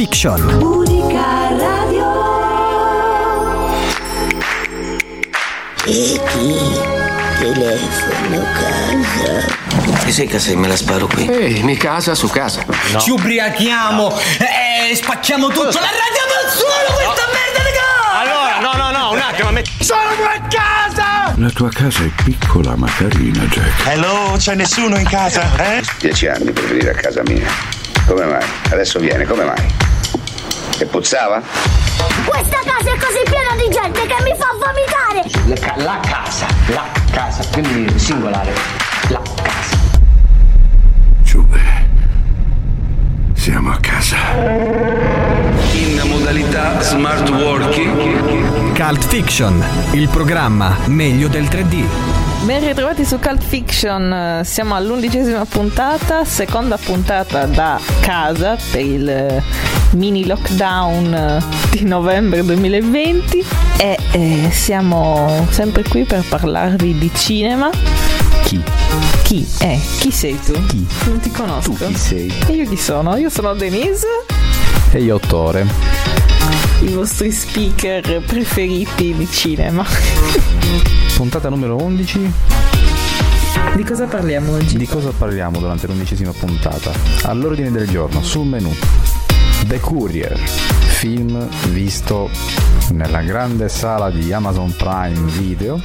Fiction. Unica radio. E chi? Telefono casa. Che sei casa e me la sparo qui? Ehi, mi casa su casa. No. Ci ubriachiamo e spacchiamo tutto. La radiamo al suolo questa merda di casa! Allora, no, un attimo. Sono a casa! La tua casa è piccola ma carina, Jack. Hello, c'è nessuno in casa, eh? 10 anni per venire a casa mia. Come mai? Adesso viene, come mai? E puzzava? Questa casa è così piena di gente che mi fa vomitare! La casa, quindi singolare. La casa. Giube, siamo a casa. In modalità smart working. Cult Fiction, il programma meglio del 3D. Ben ritrovati su Cult Fiction, siamo all'11ª puntata, seconda puntata da casa per il mini lockdown di novembre 2020 e siamo sempre qui per parlarvi di cinema. Chi? Chi sei tu? Chi? Non ti conosco. Tu chi sei? E io chi sono? Io sono Denise. E io Tore. I vostri speaker preferiti di cinema. Puntata numero 11. Di cosa parliamo oggi? Di cosa parliamo durante l'11ª puntata? All'ordine del giorno, sul menù, The Courier, film visto nella grande sala di Amazon Prime Video,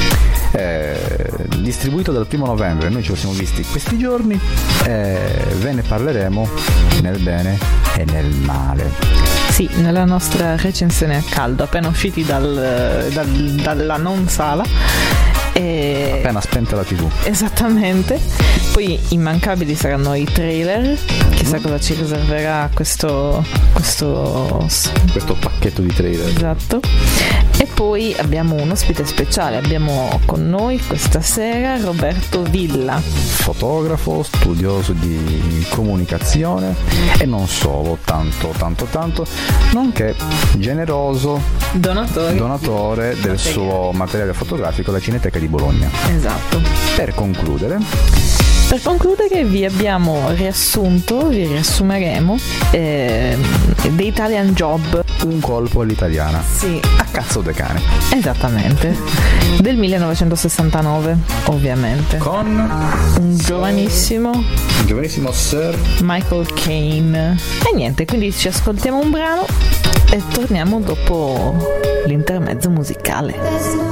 distribuito dal 1 novembre. Noi ce lo siamo visti questi giorni e ve ne parleremo nel bene e nel male. Sì, nella nostra recensione a caldo, appena usciti dalla non sala. Appena spenta la TV. Esattamente. Poi immancabili saranno i trailer. Chissà cosa ci riserverà questo pacchetto di trailer. Esatto. E poi abbiamo un ospite speciale. Abbiamo con noi questa sera Roberto Villa, fotografo, studioso di comunicazione e non solo, tanto, nonché generoso donatore del suo materiale fotografico alla Cineteca di Bologna. Esatto. Per concludere vi riassumeremo The Italian Job, un colpo all'italiana. Sì. A cazzo de cane. Esattamente. Del 1969, ovviamente. Con un giovanissimo Sir Michael Caine. E niente, quindi ci ascoltiamo un brano e torniamo dopo l'intermezzo musicale.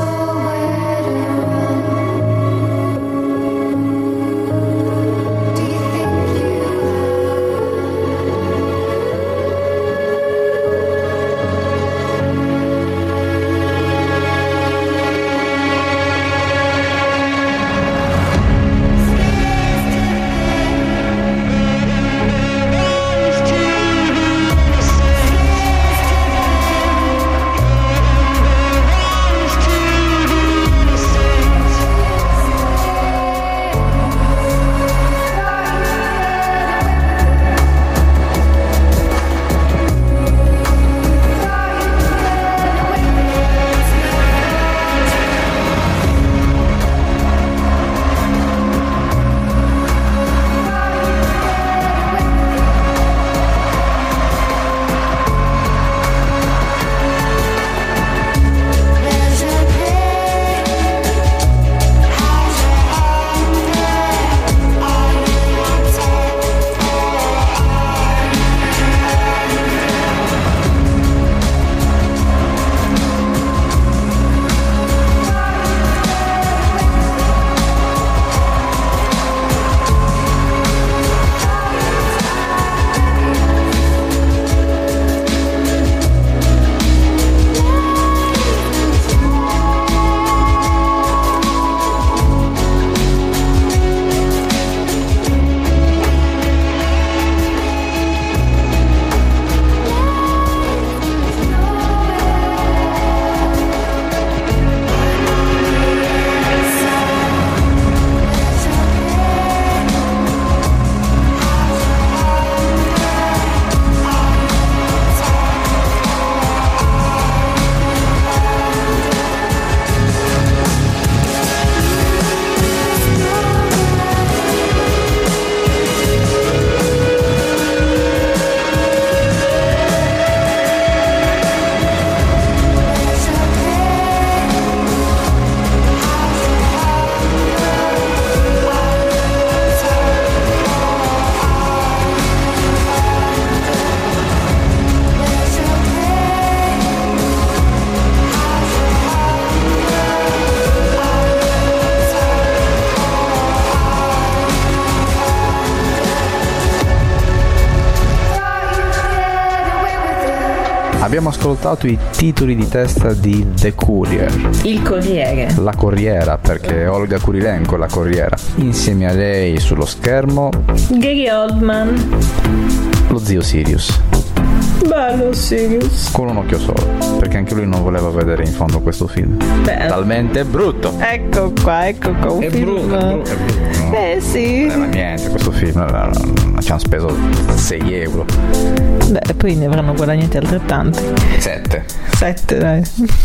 Abbiamo ascoltato i titoli di testa di The Courier. Il Corriere. La Corriera, perché Olga Kurilenko è la Corriera. Insieme a lei sullo schermo Gary Oldman. lo zio Sirius. Bello Sirius. Con un occhio solo, perché anche lui non voleva vedere in fondo questo film. Beh, talmente brutto. Ecco qua, un è film. Brutto, è brutto. Sì. Non era niente questo film, ci hanno speso 6 euro. Beh, poi ne avranno guadagnati altrettanti. 7, dai.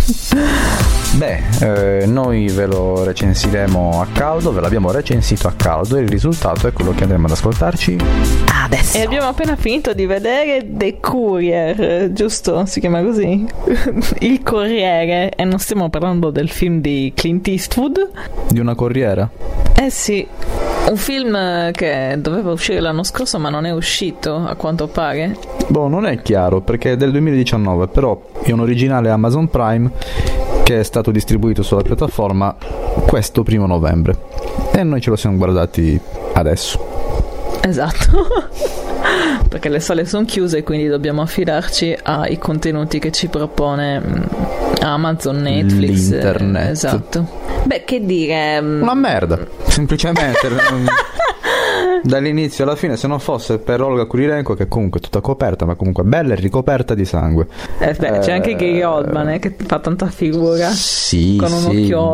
Beh, noi ve lo recensiremo a caldo, ve l'abbiamo recensito a caldo e il risultato è quello che andremo ad ascoltarci adesso. E abbiamo appena finito di vedere The Courier, giusto? Si chiama così? Il Corriere, e non stiamo parlando del film di Clint Eastwood. Di una corriera? Eh sì, un film che doveva uscire l'anno scorso ma non è uscito, a quanto pare. Boh, non è chiaro perché è del 2019, però è un originale Amazon Prime che è stato distribuito sulla piattaforma questo 1 novembre e noi ce lo siamo guardati adesso. Esatto. Perché le sale sono chiuse, quindi dobbiamo affidarci ai contenuti che ci propone Amazon, Netflix, l'internet. Esatto. Beh, che dire, una merda, semplicemente. Dall'inizio alla fine, se non fosse per Olga Kurilenko, che comunque è tutta coperta, ma comunque bella e ricoperta di sangue. C'è anche Gary Oldman che fa tanta figura. Sì, con un occhio.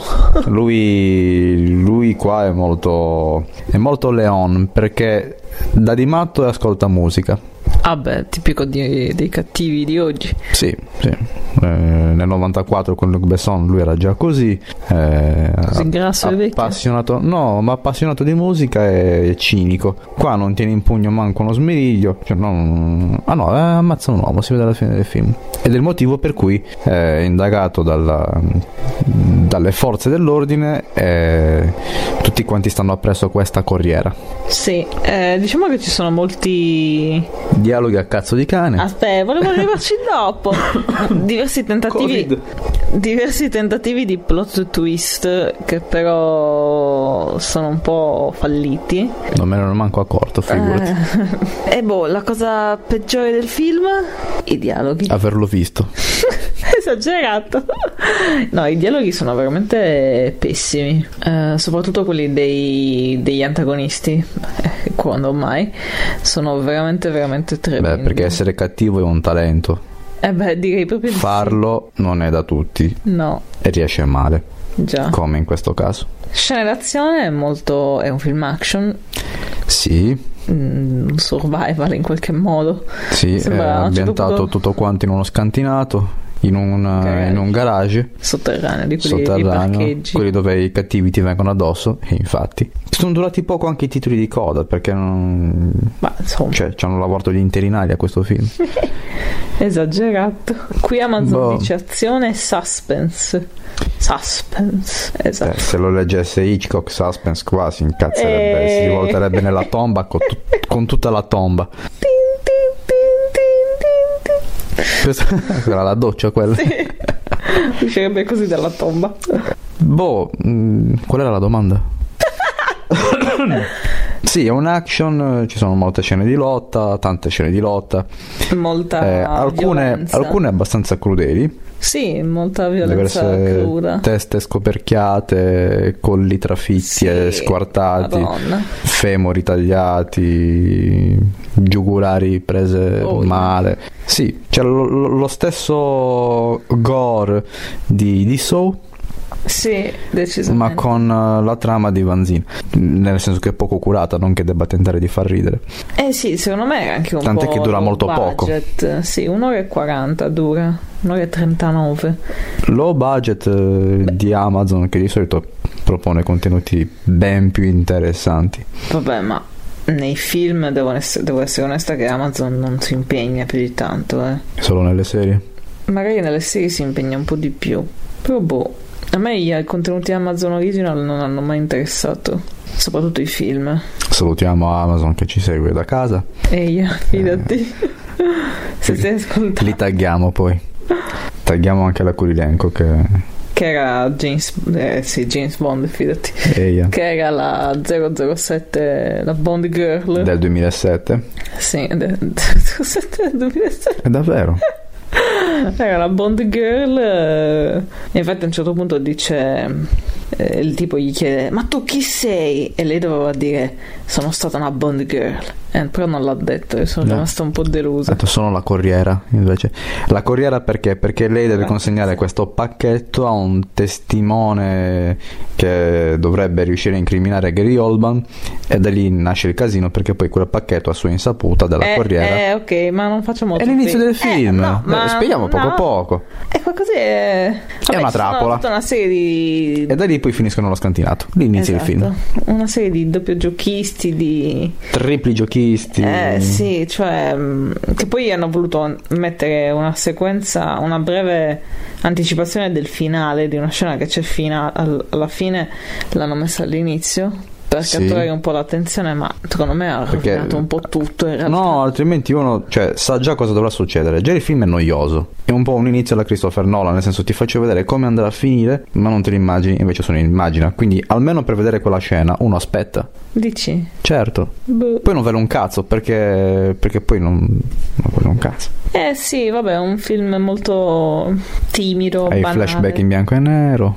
Lui qua è molto Leon, perché da di matto e ascolta musica. Ah beh, tipico dei cattivi di oggi. Sì. Nel 94 con Luc Besson lui era già così. Così grasso e vecchio? Appassionato, no, ma appassionato di musica e cinico. Qua non tiene in pugno manco uno smeriglio. Cioè, ammazza un uomo, si vede alla fine del film. Ed è il motivo per cui è indagato dalle forze dell'ordine e tutti quanti stanno appresso questa corriera. Sì, diciamo che ci sono molti dialoghi a cazzo di cane. Aspetta, volevo arrivarci dopo. Diversi tentativi di plot twist che però sono un po' falliti. Non me ne ero manco accorto, figurati. La cosa peggiore del film? I dialoghi. Averlo visto. Esagerato. No, i dialoghi sono veramente pessimi, soprattutto quelli degli antagonisti. Quando mai sono veramente tremendi. Beh, perché essere cattivo è un talento. Direi proprio di farlo sì. Non è da tutti. No. E riesce male. Già. Come in questo caso. Scene d'azione è un film action. Sì. Un survival in qualche modo. Sì, è ambientato tutto quanto in uno scantinato. In un garage sotterraneo di parcheggi, quelli dove i cattivi ti vengono addosso. E infatti sono durati poco anche i titoli di coda, perché ci hanno lavorato gli interinali a questo film. Esagerato. Qui Amazon dice azione e suspense, esatto. Se lo leggesse Hitchcock suspense qua si incazzerebbe, si rivolterebbe nella tomba con tutta la tomba. Questa era la doccia quella. Sì. Uscirebbe così dalla tomba. Qual era la domanda? Sì, è un action, ci sono molte scene di lotta, tante scene di lotta. Molta alcune abbastanza crudeli. Sì, molta violenza cruda. Teste scoperchiate, colli trafitti e squartati, Madonna. Femori tagliati, giugulari prese male. Sì, c'è lo stesso gore di Saw. Sì, decisamente. Ma con la trama di Vanzina, nel senso che è poco curata, non che debba tentare di far ridere. Sì, secondo me è anche un tant'è po' che dura molto budget. Poco. Sì, 1:40 dura, 1:39. Low budget di Amazon, che di solito propone contenuti ben più interessanti. Vabbè, ma nei film devo essere onesta che Amazon non si impegna più di tanto. Solo nelle serie? Magari nelle serie si impegna un po' di più. Però a me i contenuti Amazon Original non hanno mai interessato, soprattutto i film. Salutiamo Amazon che ci segue da casa. Fidati. Se sei ascoltato. Li tagghiamo poi. Tagghiamo anche la Kurilenko che era James Bond, fidati. Che era la 007, la Bond Girl del 2007. Sì, del 2007. È davvero? Era una Bond girl. Infatti a un certo punto dice, il tipo gli chiede: ma tu chi sei? E lei doveva dire: sono stata una Bond girl. Però non l'ha detto, io sono rimasta un po' delusa. Ha detto: sono la corriera. Invece la corriera perché? Perché lei deve consegnare questo pacchetto a un testimone che dovrebbe riuscire a incriminare Gary Oldman, e da lì nasce il casino, perché poi quel pacchetto a sua insaputa della corriera ok, ma non facciamo è l'inizio del film. Spieghiamo poco. E qualcosa è una trappola, tutta una serie di... e da lì poi finiscono lo scantinato, lì inizia il film, una serie di doppio giochisti, di tripli giochisti. Sì, cioè che poi hanno voluto mettere una sequenza, una breve anticipazione del finale, di una scena che c'è alla fine, l'hanno messa all'inizio per catturare un po' l'attenzione, ma secondo me ha rovinato un po' tutto in realtà. No, altrimenti uno sa già cosa dovrà succedere. Già il film è noioso, è un po' un inizio alla Christopher Nolan, nel senso ti faccio vedere come andrà a finire, ma non te lo immagini, invece sono immagina. Quindi almeno per vedere quella scena uno aspetta. Dici? Certo. Poi non vale un cazzo, perché poi non vale un cazzo. Sì, vabbè, è un film molto timido, Hai banale. flashback in bianco e nero.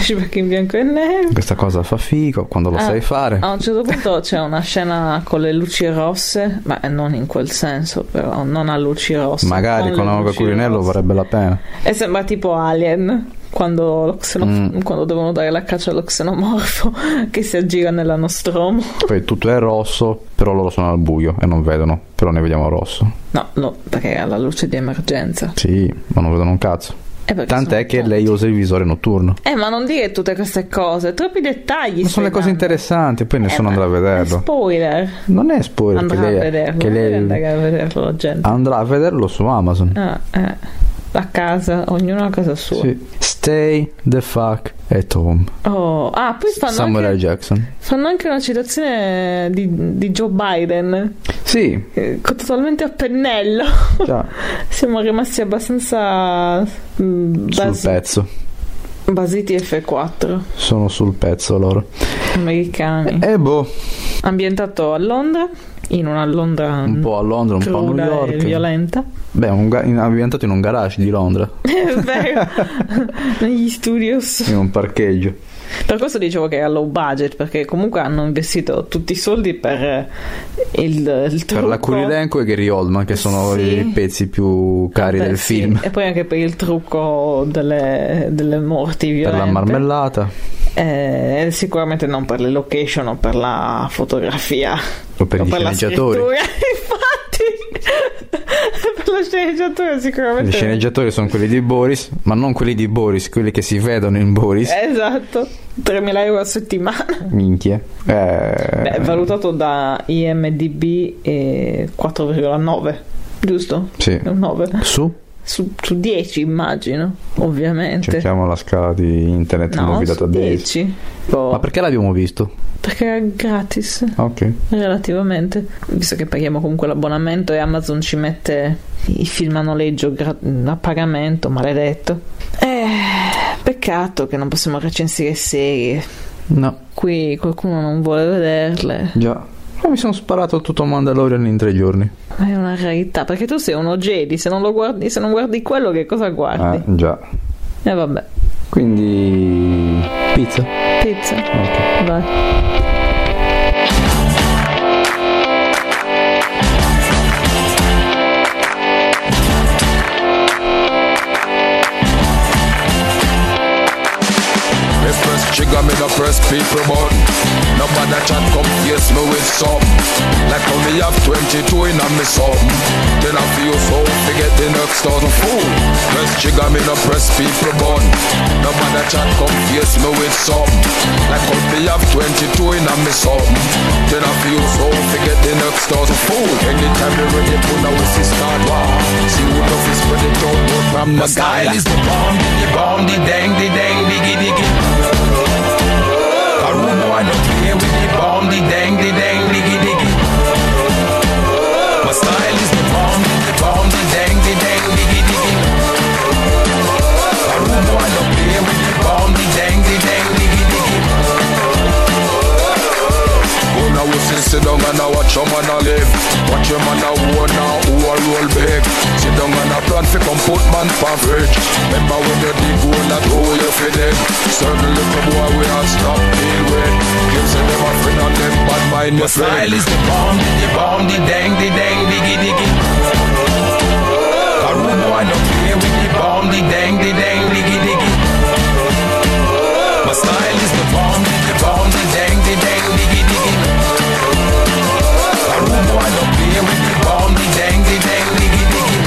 Questa cosa fa figo quando lo sai fare. A un certo punto c'è una scena con le luci rosse, ma non in quel senso, però non a luci rosse. Magari con Olga Curinello varrebbe la pena. E sembra tipo Alien, quando devono dare la caccia allo xenomorfo che si aggira nella Nostromo. Poi tutto è rosso, però loro sono al buio e non vedono, però ne vediamo rosso. No, perché è alla luce di emergenza. Sì, ma non vedono un cazzo. Tant'è che lei usa il visore notturno. Ma non dire tutte queste cose, troppi dettagli. Ma sono le cose interessanti, poi nessuno andrà a vederlo. È spoiler. Non è spoiler. Andrà a vederlo, la gente. Andrà a vederlo su Amazon. A casa, ognuno a casa sua. Sì. Stay the fuck at home. Poi Samuel L. Jackson. Fanno anche una citazione di Joe Biden. Sì. Totalmente a pennello. Già. Siamo rimasti abbastanza sul pezzo. Basiti F4. Sono sul pezzo loro. Americani. Ambientato a Londra. In una Londra un po' a Londra, un po' a New York, e violenta. Ambientato in un garage di Londra. È vero. Negli studios. In un parcheggio. Per questo dicevo che era low budget, perché comunque hanno investito tutti i soldi per il trucco. Per la Kurilenko e Gary Oldman, che sono i pezzi più cari del film. E poi anche per il trucco delle morti violente. Per la marmellata. Sicuramente non per le location o per la fotografia o per gli sceneggiatori. Infatti per la sceneggiatura sicuramente. Gli sceneggiatori sono quelli di Boris, ma non quelli di Boris, quelli che si vedono in Boris. Esatto. 3.000 euro a settimana. Minchia. Valutato da IMDb 4,9, giusto? Sì. 9 su 10 immagino, ovviamente. Cerchiamo la scala di Internet Movie Database. 10. Ma perché l'abbiamo visto? Perché era gratis. Ok. Relativamente, visto che paghiamo comunque l'abbonamento e Amazon ci mette i film a noleggio a pagamento, maledetto. Peccato che non possiamo recensire serie. No. Qui qualcuno non vuole vederle. Già. Mi sono sparato tutto Mandalorian in 3 giorni. È una rarità, perché tu sei uno Jedi, se non guardi quello, che cosa guardi? Già. Vabbè. Quindi pizza? Ok. Vai. Trigger me no press people button. Nobody chat come face me with something. Like how me have 22 in a me something. Then I feel so forget the next thousand fool. Press trigger me no press people button. Nobody chat come face me with something. Like how me have 22 in a me something. Then I feel so forget the next thousand fool. Anytime you ready put now we see start war. See who the fist spread it out from the style is the bomb, the dang, diggy diggy. I don't play with the bomb, the dang, diggy diggy. My style is the bomb, the dang, diggy diggy. I don't play with the bomb, the dang, diggy diggy. Oh, now we sit down and I watch your man a live. Watch your man a war now, who a roll big. Sit down and a children fi come put man for fridge. Remember when you dig hole that hole you fi dig. Certain little boy we have stop deal with. Kids say them a friend and them bad mind your friend. My style is the bomb, the dang, diggy diggy. A rude boy no play with the bomb, the dang, diggy diggy. My style is the bomb, the dang, diggy diggy. A rude boy no play with the bomb, the dang, diggy diggy.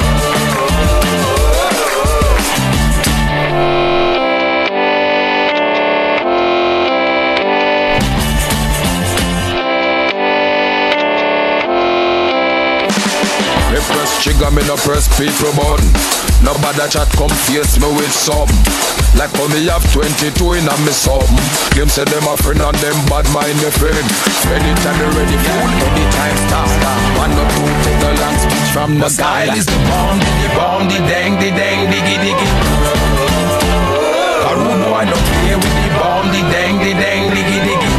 Me press trigger, me no press people button. Nobody chat come face me with something. Like how me have 22 in a me something. Them say them a friend and them bad mind me friend. Anytime me ready fool, anytime stop. One or two take the long speech from the guy. My style is the bomb, the dang, diggy diggy. A rude boy no play with the bomb, the dang, diggy diggy.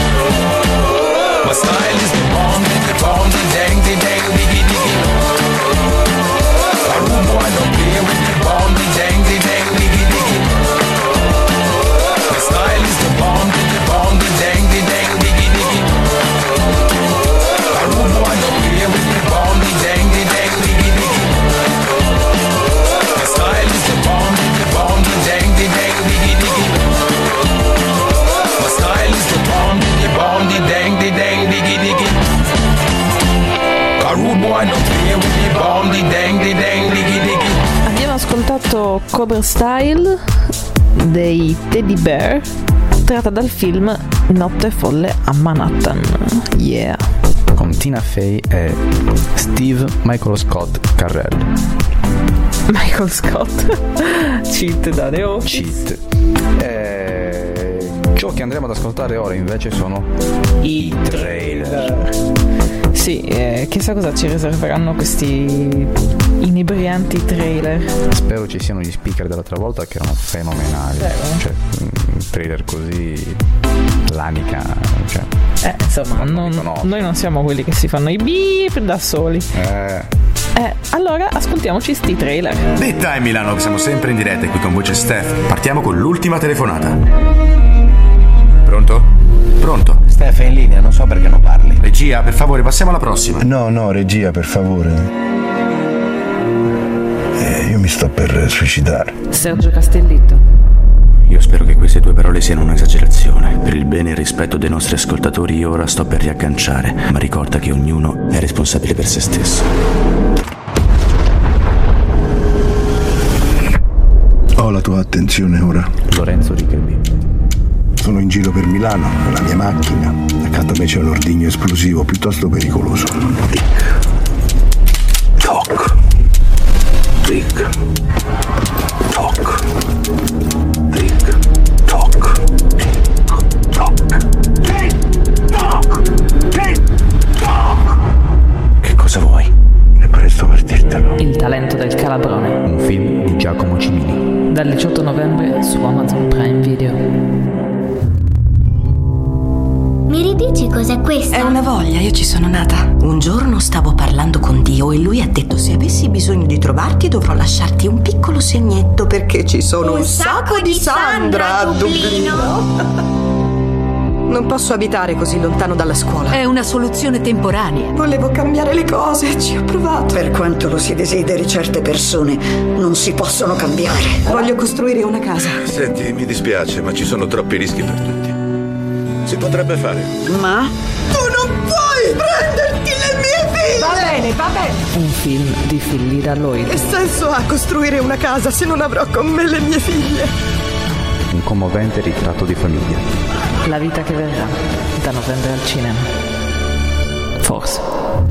My style is the bomb, the dang, diggy diggy. A rude boy no play with the bomb, the dang, diggy diggy. My style is the bomb, the dang, diggy diggy. A rude boy no play with the bomb, the dang, diggy diggy. My style is the bomb, the dang, diggy diggy. My style is the bomb, the dang, diggy diggy. A rude boy no play with the bomb, the dang, diggy diggy. Abbiamo ascoltato Cobra Style dei Teddy Bear, tratta dal film Notte folle a Manhattan. Yeah. Con Tina Fey e Steve Michael Scott Carell. Michael Scott. Cheat da The Office. Cheat. Ciò che andremo ad ascoltare ora invece sono i trailer. Sì, chissà cosa ci riserveranno questi inebrianti trailer. Spero ci siano gli speaker dell'altra volta che erano fenomenali. Cioè, trailer così, l'anica, cioè. Insomma, noi non siamo quelli che si fanno i beep da soli. Allora ascoltiamoci sti trailer. Big Time Milano, che siamo sempre in diretta qui con voce Steph. Partiamo con l'ultima telefonata. Pronto? Pronto? Steph è in linea, non so perché non parli. Regia, per favore, passiamo alla prossima. No, regia, per favore. Io mi sto per suicidare. Sergio Castellitto. Io spero che queste tue parole siano un'esagerazione. Per il bene e il rispetto dei nostri ascoltatori io ora sto per riagganciare, ma ricorda che ognuno è responsabile per se stesso. Ho la tua attenzione ora. Lorenzo Richebi. Sono in giro per Milano con la mia macchina. Accanto a me c'è un ordigno esplosivo piuttosto pericoloso. Tic toc. Tic toc. Tic toc. Tic toc. Tic toc. Tic toc. Che cosa vuoi? È presto per dirtelo. Il talento del calabrone. Un film di Giacomo Cimini. Dal 18 novembre su Amazon Prime Video. Mi ridici cos'è questa? È una voglia, io ci sono nata. Un giorno stavo parlando con Dio e lui ha detto: se avessi bisogno di trovarti dovrò lasciarti un piccolo segnetto perché ci sono un sacco di Sandra a Dublino. Non posso abitare così lontano dalla scuola. È una soluzione temporanea. Volevo cambiare le cose, ci ho provato. Per quanto lo si desideri, certe persone non si possono cambiare. Voglio costruire una casa. Senti, mi dispiace, ma ci sono troppi rischi per tutti. Si potrebbe fare. Ma? Tu non puoi prenderti le mie figlie! Va bene. Un film di figli da Lloyd. Che senso ha costruire una casa se non avrò con me le mie figlie? Un commovente ritratto di famiglia. La vita che verrà, da novembre al cinema. Forse.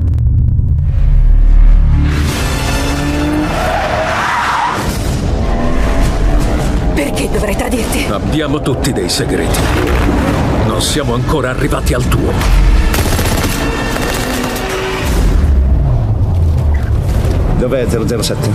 Perché dovrei tradirti? Abbiamo tutti dei segreti. Non siamo ancora arrivati al tuo. Dov'è 007?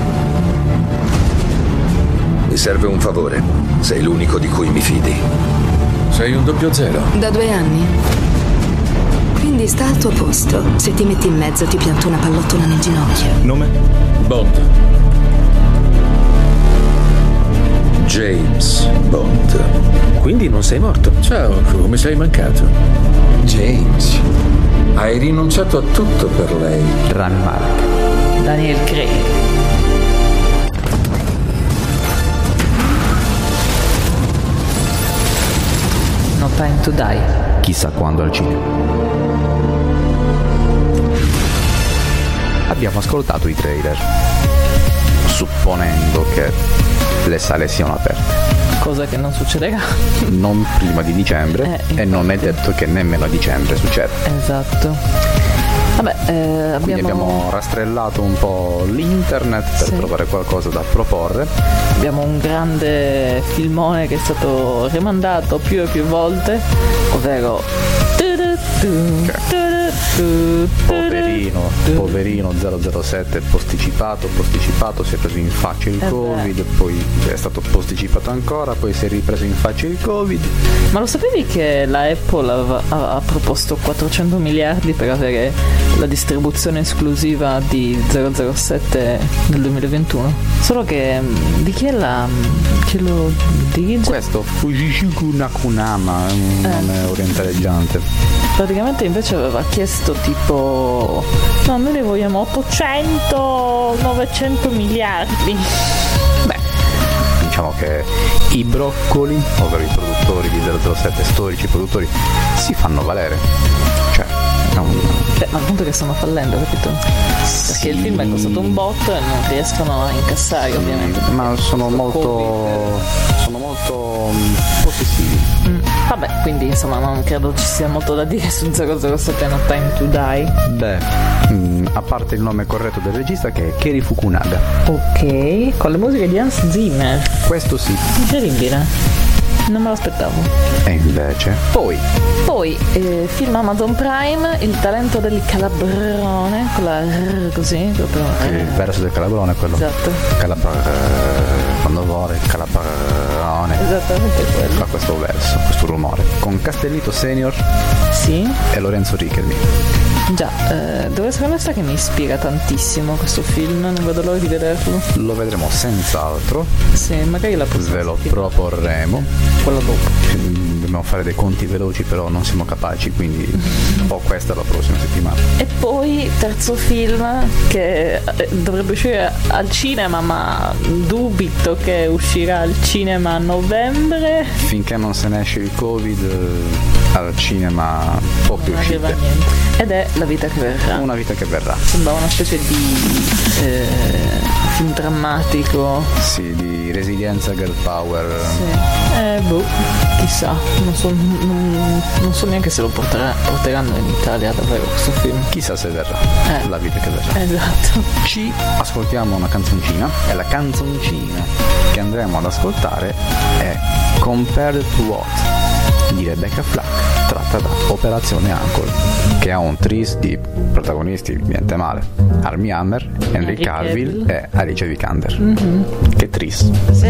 Mi serve un favore. Sei l'unico di cui mi fidi. Sei un 00. Da 2 anni. Quindi sta al tuo posto. Se ti metti in mezzo ti pianto una pallottola nel ginocchio. Nome? Bond. James Bond. Quindi non sei morto? Ciao, come sei mancato? James, hai rinunciato a tutto per lei. Rami Malek. Daniel Craig. No Time to Die. Chissà quando al cinema. Abbiamo ascoltato i trailer, supponendo che le sale siano aperte. Cosa che non succederà. Non prima di dicembre e non è detto che nemmeno a dicembre succeda. Esatto. Vabbè, Quindi abbiamo rastrellato un po' l'internet per trovare qualcosa da proporre. Abbiamo un grande filmone che è stato rimandato più e più volte, ovvero poverino 007 posticipato, si è preso in faccia il Covid, poi è stato posticipato ancora, poi si è ripreso in faccia il Covid. Ma lo sapevi che la Apple ha proposto 400 miliardi per avere la distribuzione esclusiva di 007 nel 2021? Solo che di chi è chi lo dirige? Questo Fujishiku Nakunama, un nome orientaleggiante. Praticamente invece aveva chiesto tipo no, noi ne vogliamo 800 900 miliardi. Beh, diciamo che i broccoli, ovvero i produttori di 007, storici produttori, si fanno valere. Cioè ma al punto che stanno fallendo, capito? Perché il film è costato un botto e non riescono a incassare, ovviamente. Ma sono molto possessivi. Vabbè, quindi insomma non credo ci sia molto da dire su 007 No Time to Die. Beh, a parte il nome corretto del regista, che è Keri Fukunaga. Ok, con le musiche di Hans Zimmer. Questo sì. Incredibile. Non me lo aspettavo. E invece poi film Amazon Prime, Il talento del calabrone, con la R così proprio. Il verso del calabrone, quello. Esatto. Quando vuole il calabrone. Esattamente quello. Fa questo verso, questo rumore. Con Castellito Senior. Sì. E Lorenzo Riquelme. Già, devo essere onesta che mi ispira tantissimo questo film, non vedo l'ora di vederlo. Lo vedremo senz'altro. Sì, magari la prossima. Ve lo proporremo. Quello dopo. Dobbiamo fare dei conti veloci, però non siamo capaci, quindi o questa la prossima settimana. E poi terzo film che dovrebbe uscire al cinema, ma dubito che uscirà al cinema a novembre. Finché non se ne esce il Covid, al cinema poche uscite. Ed è La vita che verrà. Una vita che verrà. Sembra una specie di film drammatico. Sì, di resilienza, girl power. Sì. Chissà, non so neanche se lo porteranno in Italia davvero questo film. Chissà se verrà. La vita che verrà. Esatto. Ci ascoltiamo una canzoncina, e la canzoncina che andremo ad ascoltare è Compared to What di Rebecca Flack, tratta da Operazione Uncle, che ha un tris di protagonisti niente male: Armie Hammer, Henry Cavill e Alicia Vikander. Che tris.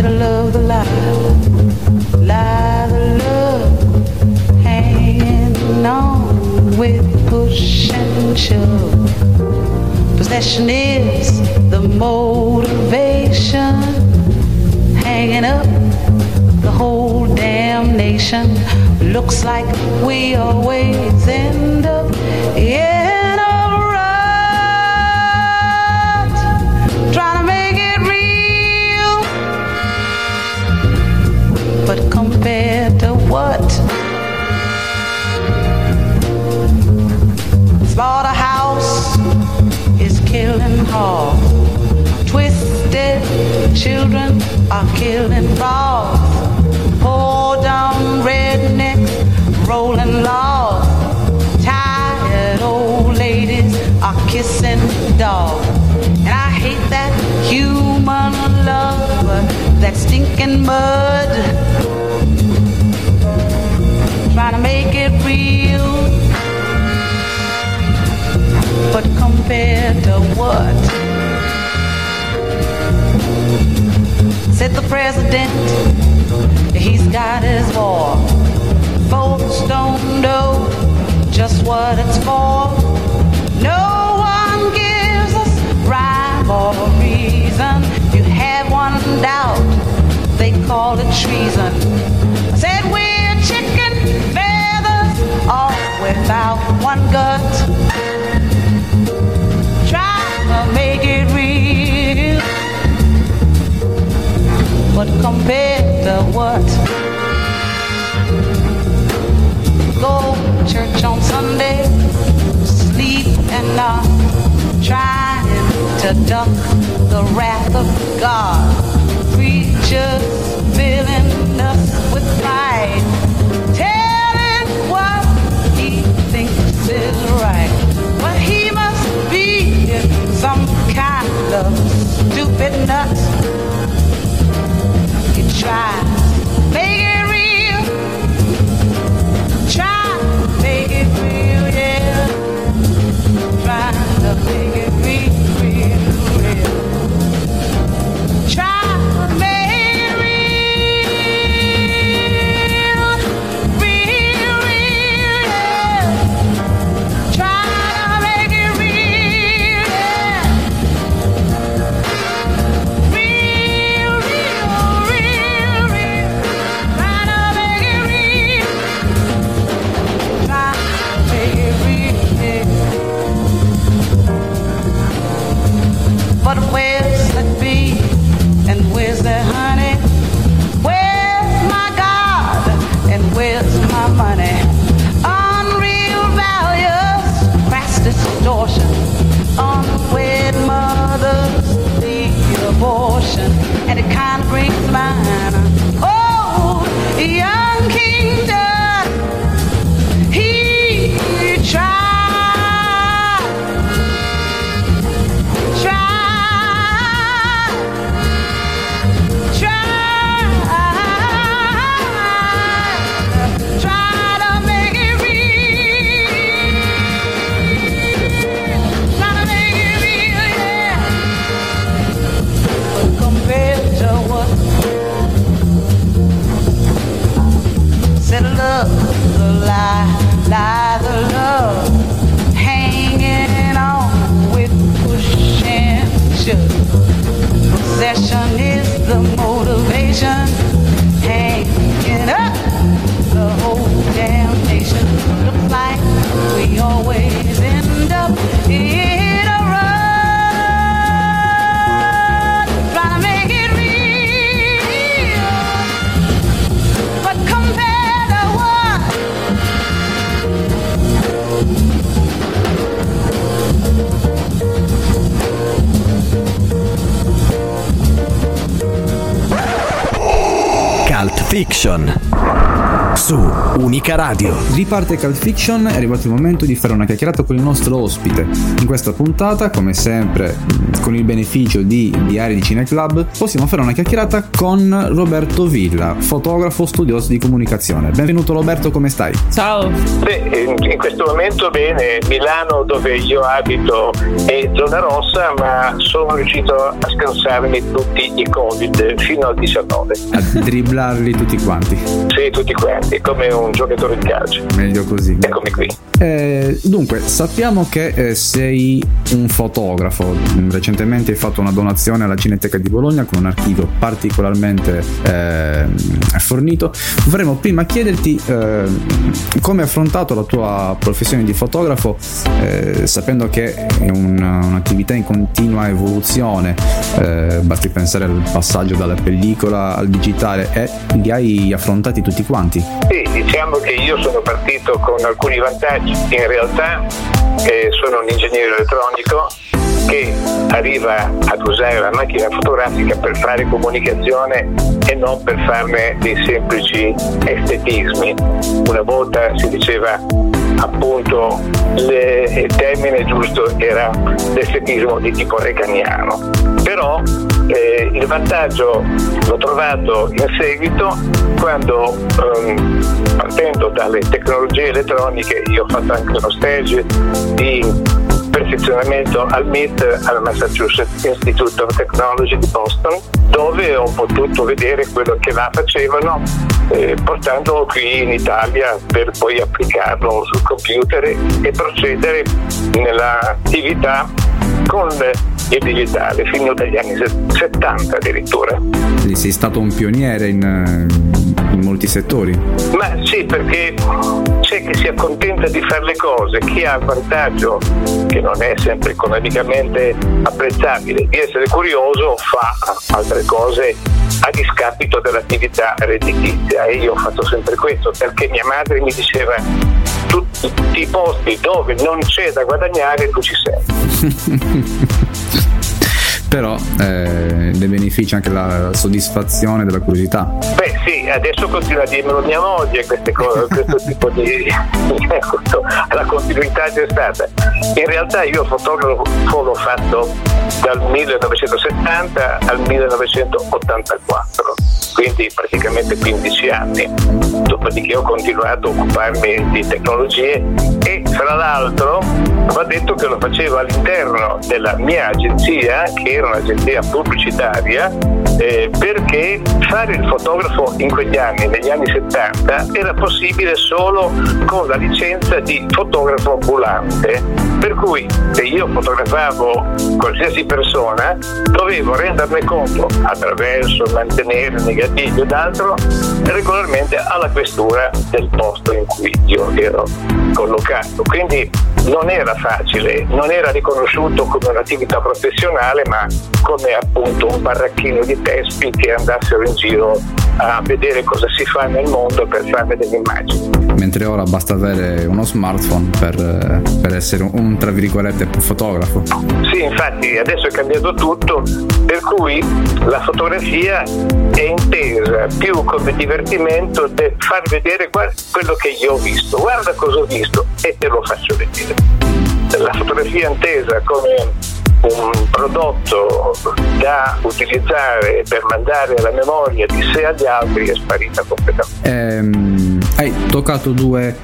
Hanging on with push and shove. Possession is the motivation. Hanging up the whole damn nation. Looks like we always end up in a rut, trying to make it real. But compared to what? Slaughterhouse is killing hard. Twisted children are killing frogs. Poor dumb rednecks rolling logs. Tired old ladies are kissing dogs. And I hate that human love, that stinking mud, trying to make it real. But compared to what? Said the president, he's got his war. Folks don't know just what it's for. No one gives us rhyme or reason. You have one doubt, they call call it treason. I said we're chicken feathers, all without one gut. Try to make it real, but compared to what? Go to church on Sunday, sleep and not trying to duck the wrath of God. Preachers filling us with pride, telling what he thinks is right. Well, he must be some kind of stupid nut. He tries to make it real, try to make it real, yeah. Trying to make it real, real, real. Try to make it real, real, real, yeah. Try to make it real, yeah. Real, real, real, real. Try to make it real. Try to make it real, yeah. But where's that bee and where's that honey? Where's my God and where's my money? Unreal values, crass distortion, unwed mothers, the abortion, and it kind of brings to mind. Oh, young King Tut, he tried. Lie the love, hanging on with push and shove. Possession is the motivation, hanging up the whole damn nation. Looks like we always end up in a rut, trying to make it real, but compared to what? Cult Fiction su Unica Radio. Riparte Cult Fiction, è arrivato il momento di fare una chiacchierata con il nostro ospite. In questa puntata, come sempre, con il beneficio di Diari di Cineclub, possiamo fare una chiacchierata con Roberto Villa, fotografo studioso di comunicazione. Benvenuto Roberto, come stai? Ciao. Beh, in questo momento bene. Milano, dove io abito, è zona rossa, ma sono riuscito a scansarmi tutti i Covid fino al 19. A dribblarli tutti quanti? Sì, tutti quanti, come un giocatore di calcio. Meglio così. Eccomi qui. Dunque, sappiamo che sei un fotografo. Recentemente hai fatto una donazione alla Cineteca di Bologna con un archivio particolarmente fornito. Vorremmo prima chiederti come hai affrontato la tua professione di fotografo, sapendo che è un'attività in continua evoluzione, basti pensare al passaggio dalla pellicola al digitale, e li hai affrontati tutti quanti. Sì, diciamo che io sono partito con alcuni vantaggi. In realtà sono un ingegnere elettronico che arriva ad usare la macchina fotografica per fare comunicazione e non per farne dei semplici estetismi. Una volta si diceva appunto il termine giusto era l'estetismo di tipo reganiano, però il vantaggio l'ho trovato in seguito quando partendo dalle tecnologie elettroniche io ho fatto anche uno stage di perfezionamento al MIT, al Massachusetts Institute of Technology di Boston, dove ho potuto vedere quello che là facevano, portandolo qui in Italia per poi applicarlo sul computer e procedere nell'attività con il digitale, fino dagli anni 70 addirittura. Quindi sei stato un pioniere in molti settori. Ma sì, perché c'è chi si accontenta di fare le cose, chi ha il vantaggio, che non è sempre economicamente apprezzabile, di essere curioso, fa altre cose a discapito dell'attività redditizia, e io ho fatto sempre questo, perché mia madre mi diceva: tutti i posti dove non c'è da guadagnare tu ci sei. Però ne beneficia anche la soddisfazione della curiosità. Beh sì, adesso continua a dirmelo mia moglie queste cose, questo tipo di la continuità c'è stata. In realtà io fotografo l'ho fatto dal 1970 al 1984, quindi praticamente 15 anni. Dopodiché ho continuato a occuparmi di tecnologie e tra l'altro va detto che lo facevo all'interno della mia agenzia, che era un'agenzia pubblicitaria, perché fare il fotografo in quegli anni, negli anni 70, era possibile solo con la licenza di fotografo ambulante, per cui se io fotografavo qualsiasi persona dovevo renderne conto attraverso mantenere negativi ed altro regolarmente alla questura del posto in cui io ero collocato. Quindi non era facile, non era riconosciuto come un'attività professionale, ma come appunto un baracchino di tespi che andassero in giro a vedere cosa si fa nel mondo per farne delle immagini. Mentre ora basta avere uno smartphone per essere un tra virgolette fotografo. Sì, infatti adesso è cambiato tutto, per cui la fotografia è intesa più come divertimento, far vedere quello che io ho visto, guarda cosa ho visto e te lo faccio vedere. La fotografia intesa come un prodotto da utilizzare per mandare la memoria di sé agli altri è sparita completamente. Hai toccato due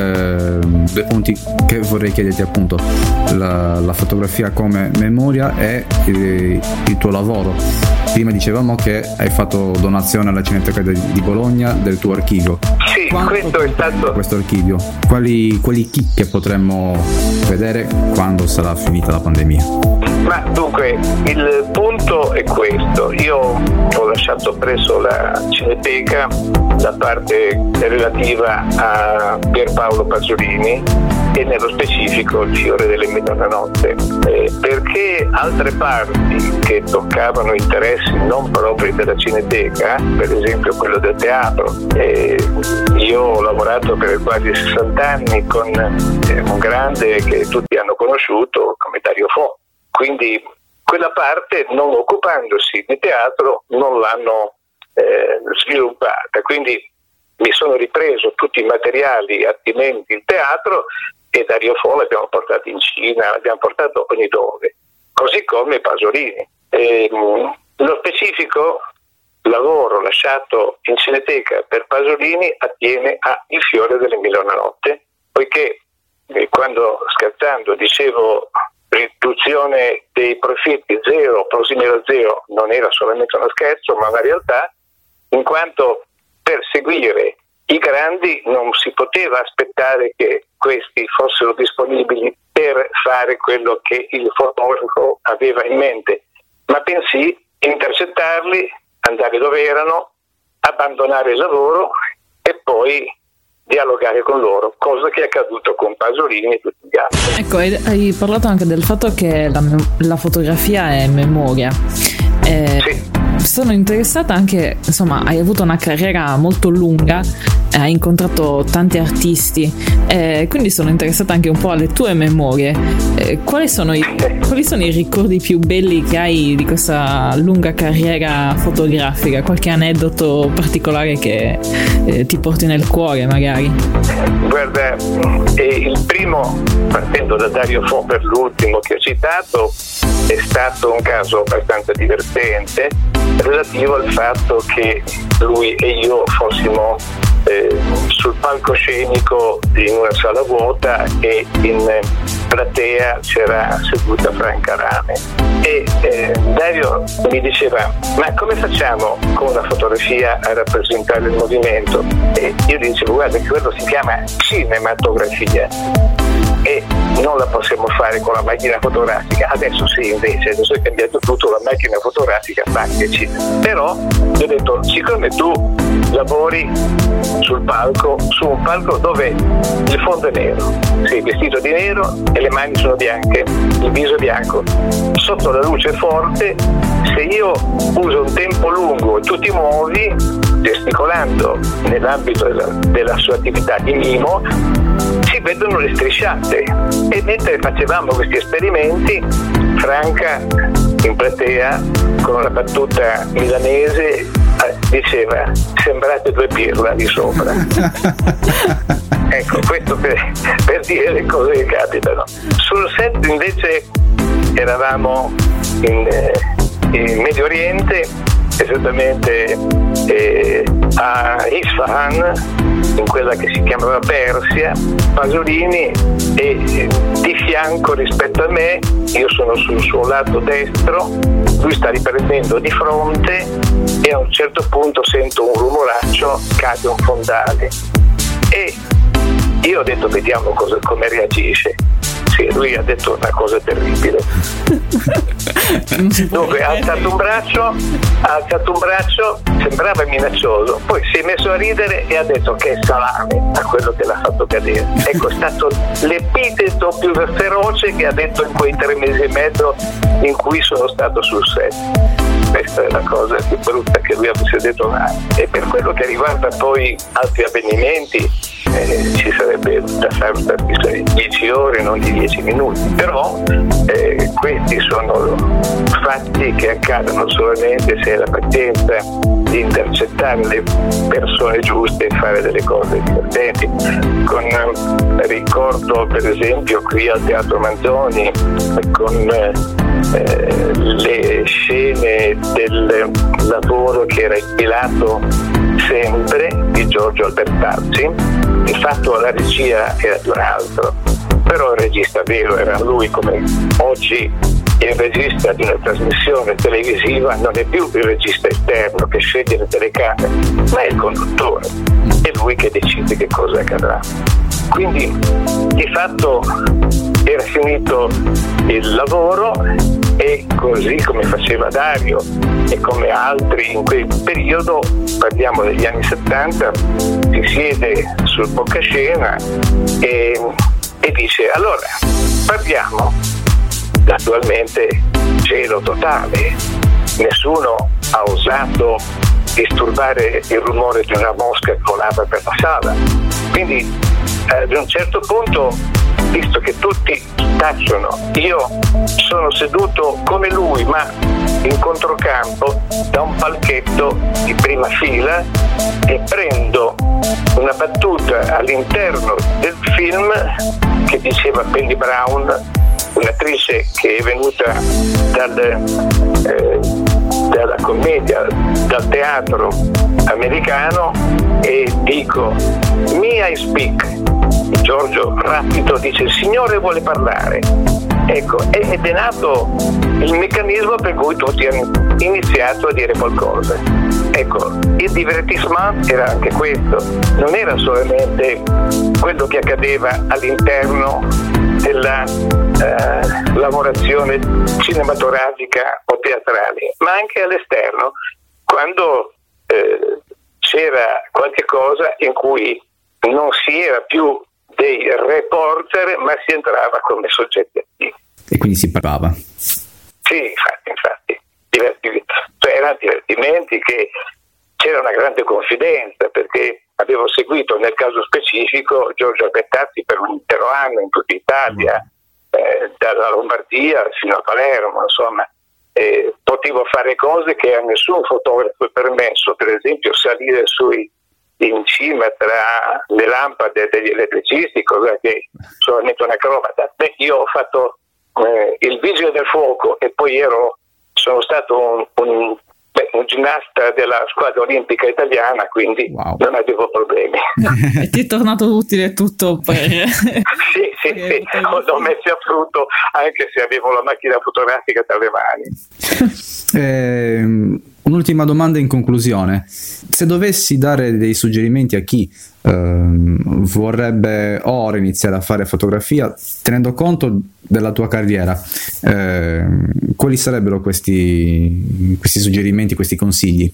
punti che vorrei chiederti, appunto la fotografia come memoria e il tuo lavoro. Prima dicevamo che hai fatto donazione alla Cineteca di Bologna del tuo archivio. Sì, questo è stato questo archivio. Quali chicche potremmo vedere quando sarà finita la pandemia? Ma dunque, il punto è questo: io ho lasciato presso la Cineteca la parte relativa a Pierpaolo Pasolini e nello specifico il Fiore delle Mezzanotte, perché altre parti che toccavano interessi non propri della Cineteca, per esempio quello del teatro, io ho lavorato per quasi 60 anni con un grande che tutti hanno conosciuto come Dario Fo. Quindi quella parte, non occupandosi di teatro, non l'hanno sviluppata. Quindi mi sono ripreso tutti i materiali attinenti al teatro e Dario Fo l'abbiamo portato in Cina, l'abbiamo portato ogni dove, così come Pasolini. Nello specifico lavoro lasciato in Cineteca per Pasolini attiene a Il Fiore delle Mezzanotte, poiché quando scherzando dicevo riduzione dei profitti zero, prossimi a zero, non era solamente uno scherzo ma una realtà, in quanto per seguire i grandi non si poteva aspettare che questi fossero disponibili per fare quello che il fotografo aveva in mente, ma bensì intercettarli, andare dove erano, abbandonare il lavoro e poi dialogare con loro, cosa che è accaduto con Pasolini e tutti gli altri. Ecco, hai parlato anche del fatto che la fotografia è memoria. Sì. Sono interessata anche, insomma, hai avuto una carriera molto lunga, hai incontrato tanti artisti, quindi sono interessata anche un po' alle tue memorie. Quali sono i ricordi più belli che hai di questa lunga carriera fotografica? Qualche aneddoto particolare che ti porti nel cuore magari? Guarda, il primo, partendo da Dario Fo per l'ultimo che ho citato, è stato un caso abbastanza divertente relativo al fatto che lui e io fossimo sul palcoscenico in una sala vuota e in platea c'era seduta Franca Rame e Dario mi diceva: ma come facciamo con la fotografia a rappresentare il movimento? E io gli dicevo: guarda che quello si chiama cinematografia. e non la possiamo fare con la macchina fotografica. Adesso sì, invece, adesso è cambiato tutto, la macchina fotografica facciaci. Però gli ho detto, siccome tu lavori su un palco dove il fondo è nero, sei vestito di nero e le mani sono bianche, il viso è bianco, sotto la luce forte, se io uso un tempo lungo e tu ti muovi gesticolando nell'ambito della sua attività di mimo, si vedono le strisciate. E mentre facevamo questi esperimenti, Franca in platea con una battuta milanese diceva: sembrate due pirla di sopra. Ecco, questo per dire le cose che capitano. Sul set invece eravamo in Medio Oriente, esattamente a Isfahan, in quella che si chiamava Persia. Pasolini e di fianco rispetto a me, io sono sul suo lato destro, lui sta riprendendo di fronte e a un certo punto sento un rumoraccio, cade un fondale e io ho detto vediamo come reagisce. Sì, lui ha detto una cosa terribile. Dunque ha alzato un braccio, sembrava minaccioso, poi si è messo a ridere e ha detto che è salame a quello che l'ha fatto cadere. Ecco, è stato l'epiteto più feroce che ha detto in quei 3 mesi e mezzo in cui sono stato sul set. Questa è la cosa più brutta che lui avesse detto mai. E per quello che riguarda poi altri avvenimenti, ci sarebbe da fare 10 ore, non di 10 minuti, però questi sono fatti che accadono solamente se hai la pazienza di intercettare le persone giuste e fare delle cose divertenti. Ricordo per esempio qui al Teatro Manzoni con le scene del lavoro che era ispirato sempre di Giorgio Albertazzi. Di fatto la regia era di un altro, però il regista vero era lui, come oggi il regista di una trasmissione televisiva non è più il regista esterno che sceglie le telecamere, ma è il conduttore, è lui che decide che cosa accadrà. Quindi di fatto era finito il lavoro e così come faceva Dario e come altri in quel periodo, parliamo degli anni 70, si siede sul palcoscena e dice allora parliamo. Naturalmente cielo totale, nessuno ha osato disturbare il rumore di una mosca che volava per la sala, quindi ad un certo punto, visto che tutti tacciono, io sono seduto come lui ma in controcampo da un palchetto di prima fila e prendo una battuta all'interno del film che diceva Penny Brown, un'attrice che è venuta dalla commedia, dal teatro americano, e dico "May I speak?" Giorgio rapido dice "Il signore vuole parlare". Ecco, ed è nato il meccanismo per cui tutti hanno iniziato a dire qualcosa. Ecco, il divertissement era anche questo, non era solamente quello che accadeva all'interno della lavorazione cinematografica o teatrale, ma anche all'esterno, quando c'era qualche cosa in cui non si era più dei reporter, ma si entrava come soggetti attivi. E quindi si parlava. Sì, infatti erano divertimenti che c'era una grande confidenza, perché avevo seguito nel caso specifico Giorgio Albertazzi per un intero anno in tutta Italia, dalla Lombardia fino a Palermo, insomma. Potevo fare cose che a nessun fotografo è permesso, per esempio salire in cima tra le lampade degli elettricisti, cosa che solamente un acrobata. Io ho fatto il vigile del fuoco e poi sono stato un ginnasta della squadra olimpica italiana, quindi non avevo problemi. E ti è tornato utile tutto per... l'ho messi a frutto anche se avevo la macchina fotografica tra le mani. Un'ultima domanda in conclusione: se dovessi dare dei suggerimenti a chi vorrebbe ora iniziare a fare fotografia, tenendo conto della tua carriera, quali sarebbero questi suggerimenti, questi consigli?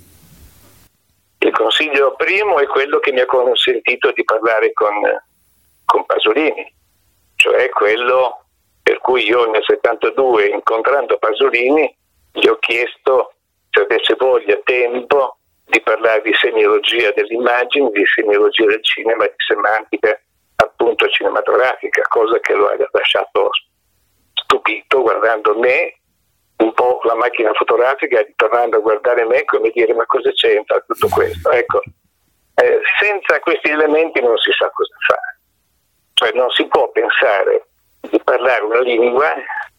Il consiglio primo è quello che mi ha consentito di parlare con Pasolini, cioè quello per cui io nel 72, incontrando Pasolini, gli ho chiesto se avesse voglia, tempo, di parlare di semiologia dell'immagine, di semiologia del cinema, di semantica appunto cinematografica, cosa che lo ha lasciato stupito guardando me, un po' la macchina fotografica, e ritornando a guardare me come dire: ma cosa c'entra tutto questo? Ecco, senza questi elementi non si sa cosa fare, cioè non si può pensare di parlare una lingua,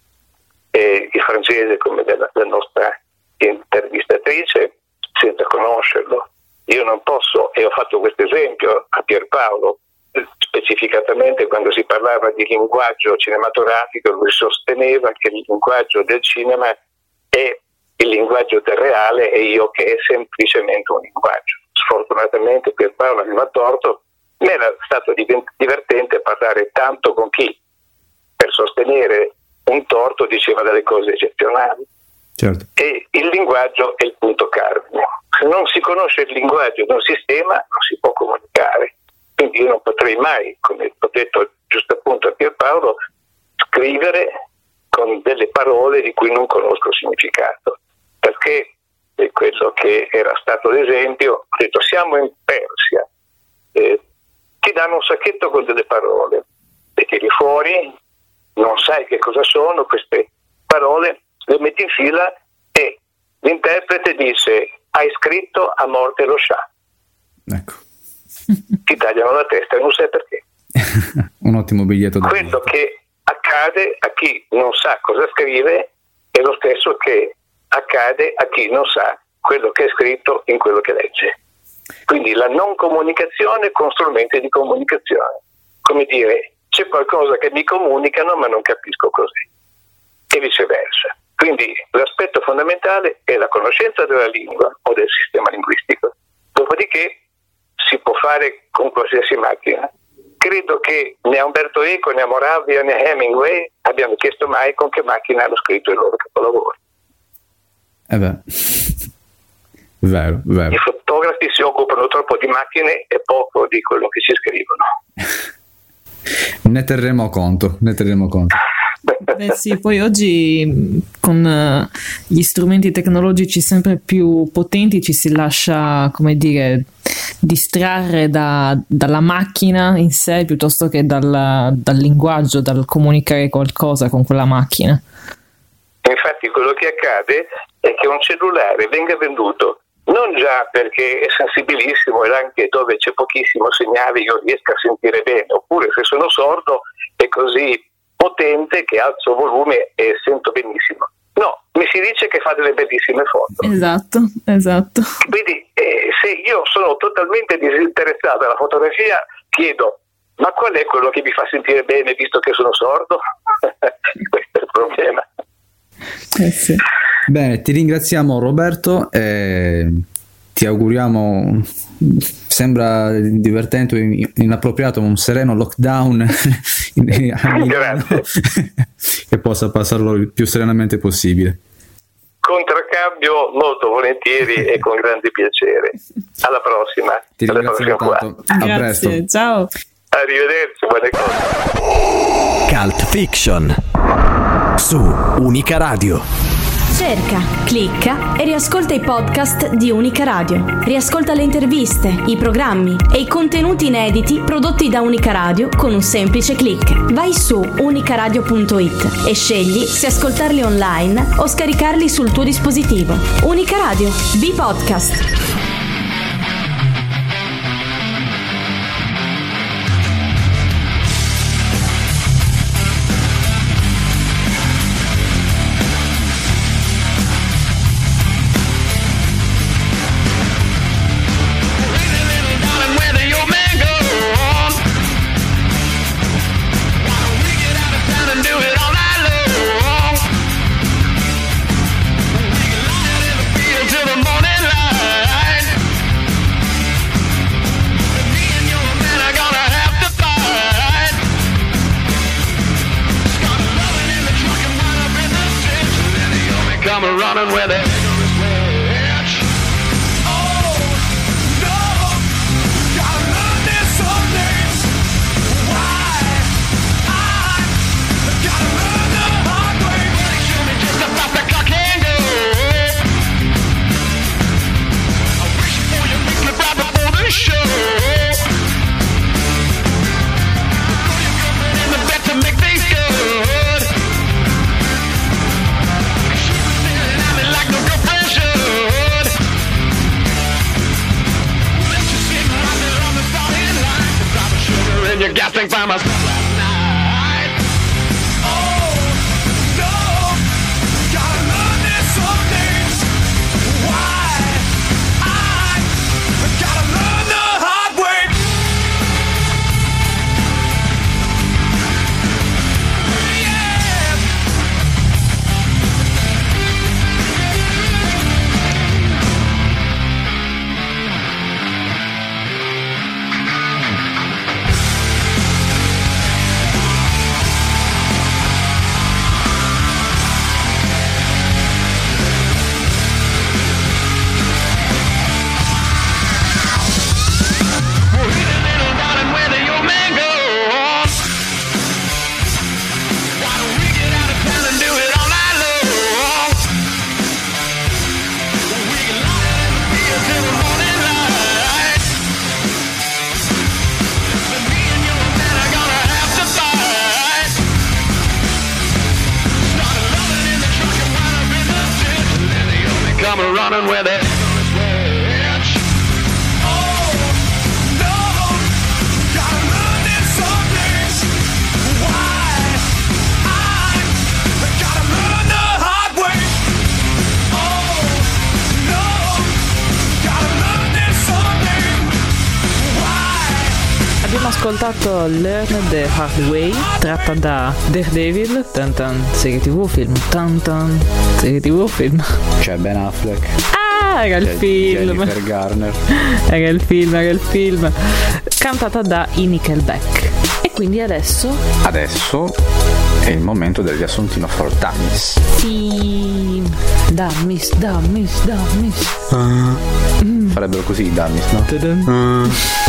il francese come la nostra intervistatrice, senza conoscerlo. Io non posso, e ho fatto questo esempio a Pierpaolo, specificatamente quando si parlava di linguaggio cinematografico, lui sosteneva che il linguaggio del cinema è il linguaggio del reale e io che è semplicemente un linguaggio. Sfortunatamente Pierpaolo aveva torto, ma era stato divertente parlare tanto con chi per sostenere un torto diceva delle cose eccezionali. Certo. E il linguaggio è il punto cardine. Se non si conosce il linguaggio di un sistema non si può comunicare. Quindi io non potrei mai, come ho detto giusto appunto a Pierpaolo, scrivere con delle parole di cui non conosco il significato, perché è quello che era stato l'esempio. Ho detto: siamo in Persia, ti danno un sacchetto con delle parole, le tiri fuori, non sai che cosa sono queste parole, le metti in fila e l'interprete dice: hai scritto a morte lo Shah. Ecco. Ti tagliano la testa e non sai perché. Un ottimo biglietto da quello che accade a chi non sa cosa scrive è lo stesso che accade a chi non sa quello che è scritto in quello che legge. Quindi la non comunicazione con strumenti di comunicazione, come dire, c'è qualcosa che mi comunicano ma non capisco cos'è, e viceversa. Quindi l'aspetto fondamentale è la conoscenza della lingua o del sistema linguistico, dopodiché si può fare con qualsiasi macchina. Credo che né Umberto Eco, né Moravia, né Hemingway abbiano chiesto mai con che macchina hanno scritto i loro capolavori. Vero. I fotografi si occupano troppo di macchine e poco di quello che ci scrivono. Ne terremo conto. Beh sì, poi oggi con gli strumenti tecnologici sempre più potenti ci si lascia, come dire, distrarre dalla macchina in sé piuttosto che dal linguaggio, dal comunicare qualcosa con quella macchina. Infatti quello che accade è che un cellulare venga venduto non già perché è sensibilissimo e anche dove c'è pochissimo segnale io riesco a sentire bene, oppure se sono sordo è così potente che alzo volume e sento benissimo. No, mi si dice che fa delle bellissime foto. Esatto. Quindi se io sono totalmente disinteressato alla fotografia, chiedo: ma qual è quello che mi fa sentire bene visto che sono sordo? Questo è il problema. Sì. Bene, ti ringraziamo Roberto e ti auguriamo, sembra divertente, inappropriato, un sereno lockdown a Milano che possa passarlo il più serenamente possibile. Contraccambio molto volentieri e con grande piacere. Alla prossima. Ti ringrazio tanto. A presto. Ciao. Arrivederci, buone cose. Cult Fiction su Unica Radio. Cerca, clicca e riascolta i podcast di Unica Radio. Riascolta le interviste, i programmi e i contenuti inediti prodotti da Unica Radio con un semplice click. Vai su unicaradio.it e scegli se ascoltarli online o scaricarli sul tuo dispositivo. Unica Radio, B-Podcast. missing from us last night. Oh, no, gotta learn this someday. Why? I gotta learn the hard way. Come running with it. Oh, no, gotta learn it someday. Why? I gotta learn the hard way. Oh, no, gotta learn it someday. Why? Abbiamo ascoltato Learn the Hard Way, tratta da Daredevil, tan tan, serie tv film, tan tan, serie tv film. C'è Ben Affleck. Ah, era il film. Jennifer Garner. Era il film. Cantata da i Nickelback. E quindi adesso è il momento del riassuntino for Dummies. Sì. Dummies. Farebbero così i Dummies, no?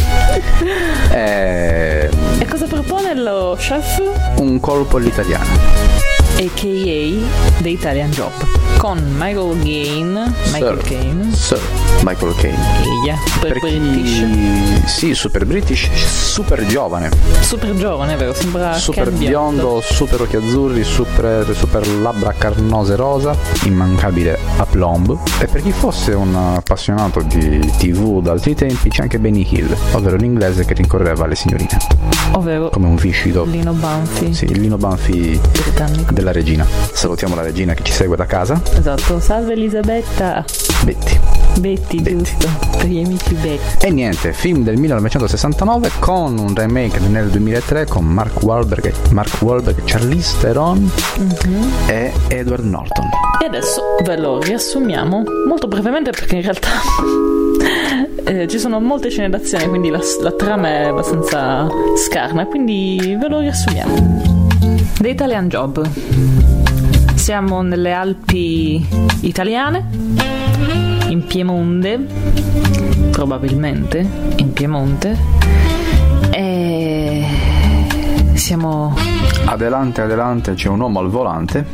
E cosa propone lo chef? Un colpo all'italiano, a.k.a. The Italian Job, con Michael Caine. Sir Michael Caine. Super British. Sì, super British, super giovane, vero? Sembra super biondo, super occhi azzurri, super labbra carnose rosa, immancabile aplomb. E per chi fosse un appassionato di TV d'altri tempi, c'è anche Benny Hill, ovvero l'inglese che rincorreva le signorine, ovvero come un viscido Lino Banfi. Sì, il Lino Banfi britannico della regina. Salutiamo la regina che ci segue da casa. Esatto, salve Elisabetta. Betty, giusto, per gli amici Betty. E niente, film del 1969 con un remake nel 2003 con Mark Wahlberg, Charlize Theron e Edward Norton. E adesso ve lo riassumiamo molto brevemente, perché in realtà ci sono molte scene d'azione, quindi la trama è abbastanza scarna, quindi ve lo riassumiamo. The Italian Job. Siamo nelle Alpi italiane, in Piemonte, probabilmente in Piemonte, e siamo adelante c'è un uomo al volante.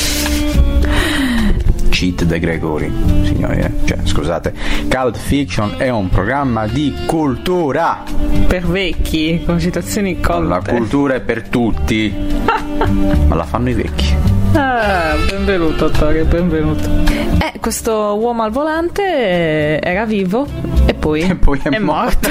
Cheat De Gregori, signori, scusate. Cult Fiction è un programma di cultura per vecchi, con citazioni colte. La cultura è per tutti, ma la fanno i vecchi. Benvenuto Torre, benvenuto. Questo uomo al volante era vivo e poi è morto.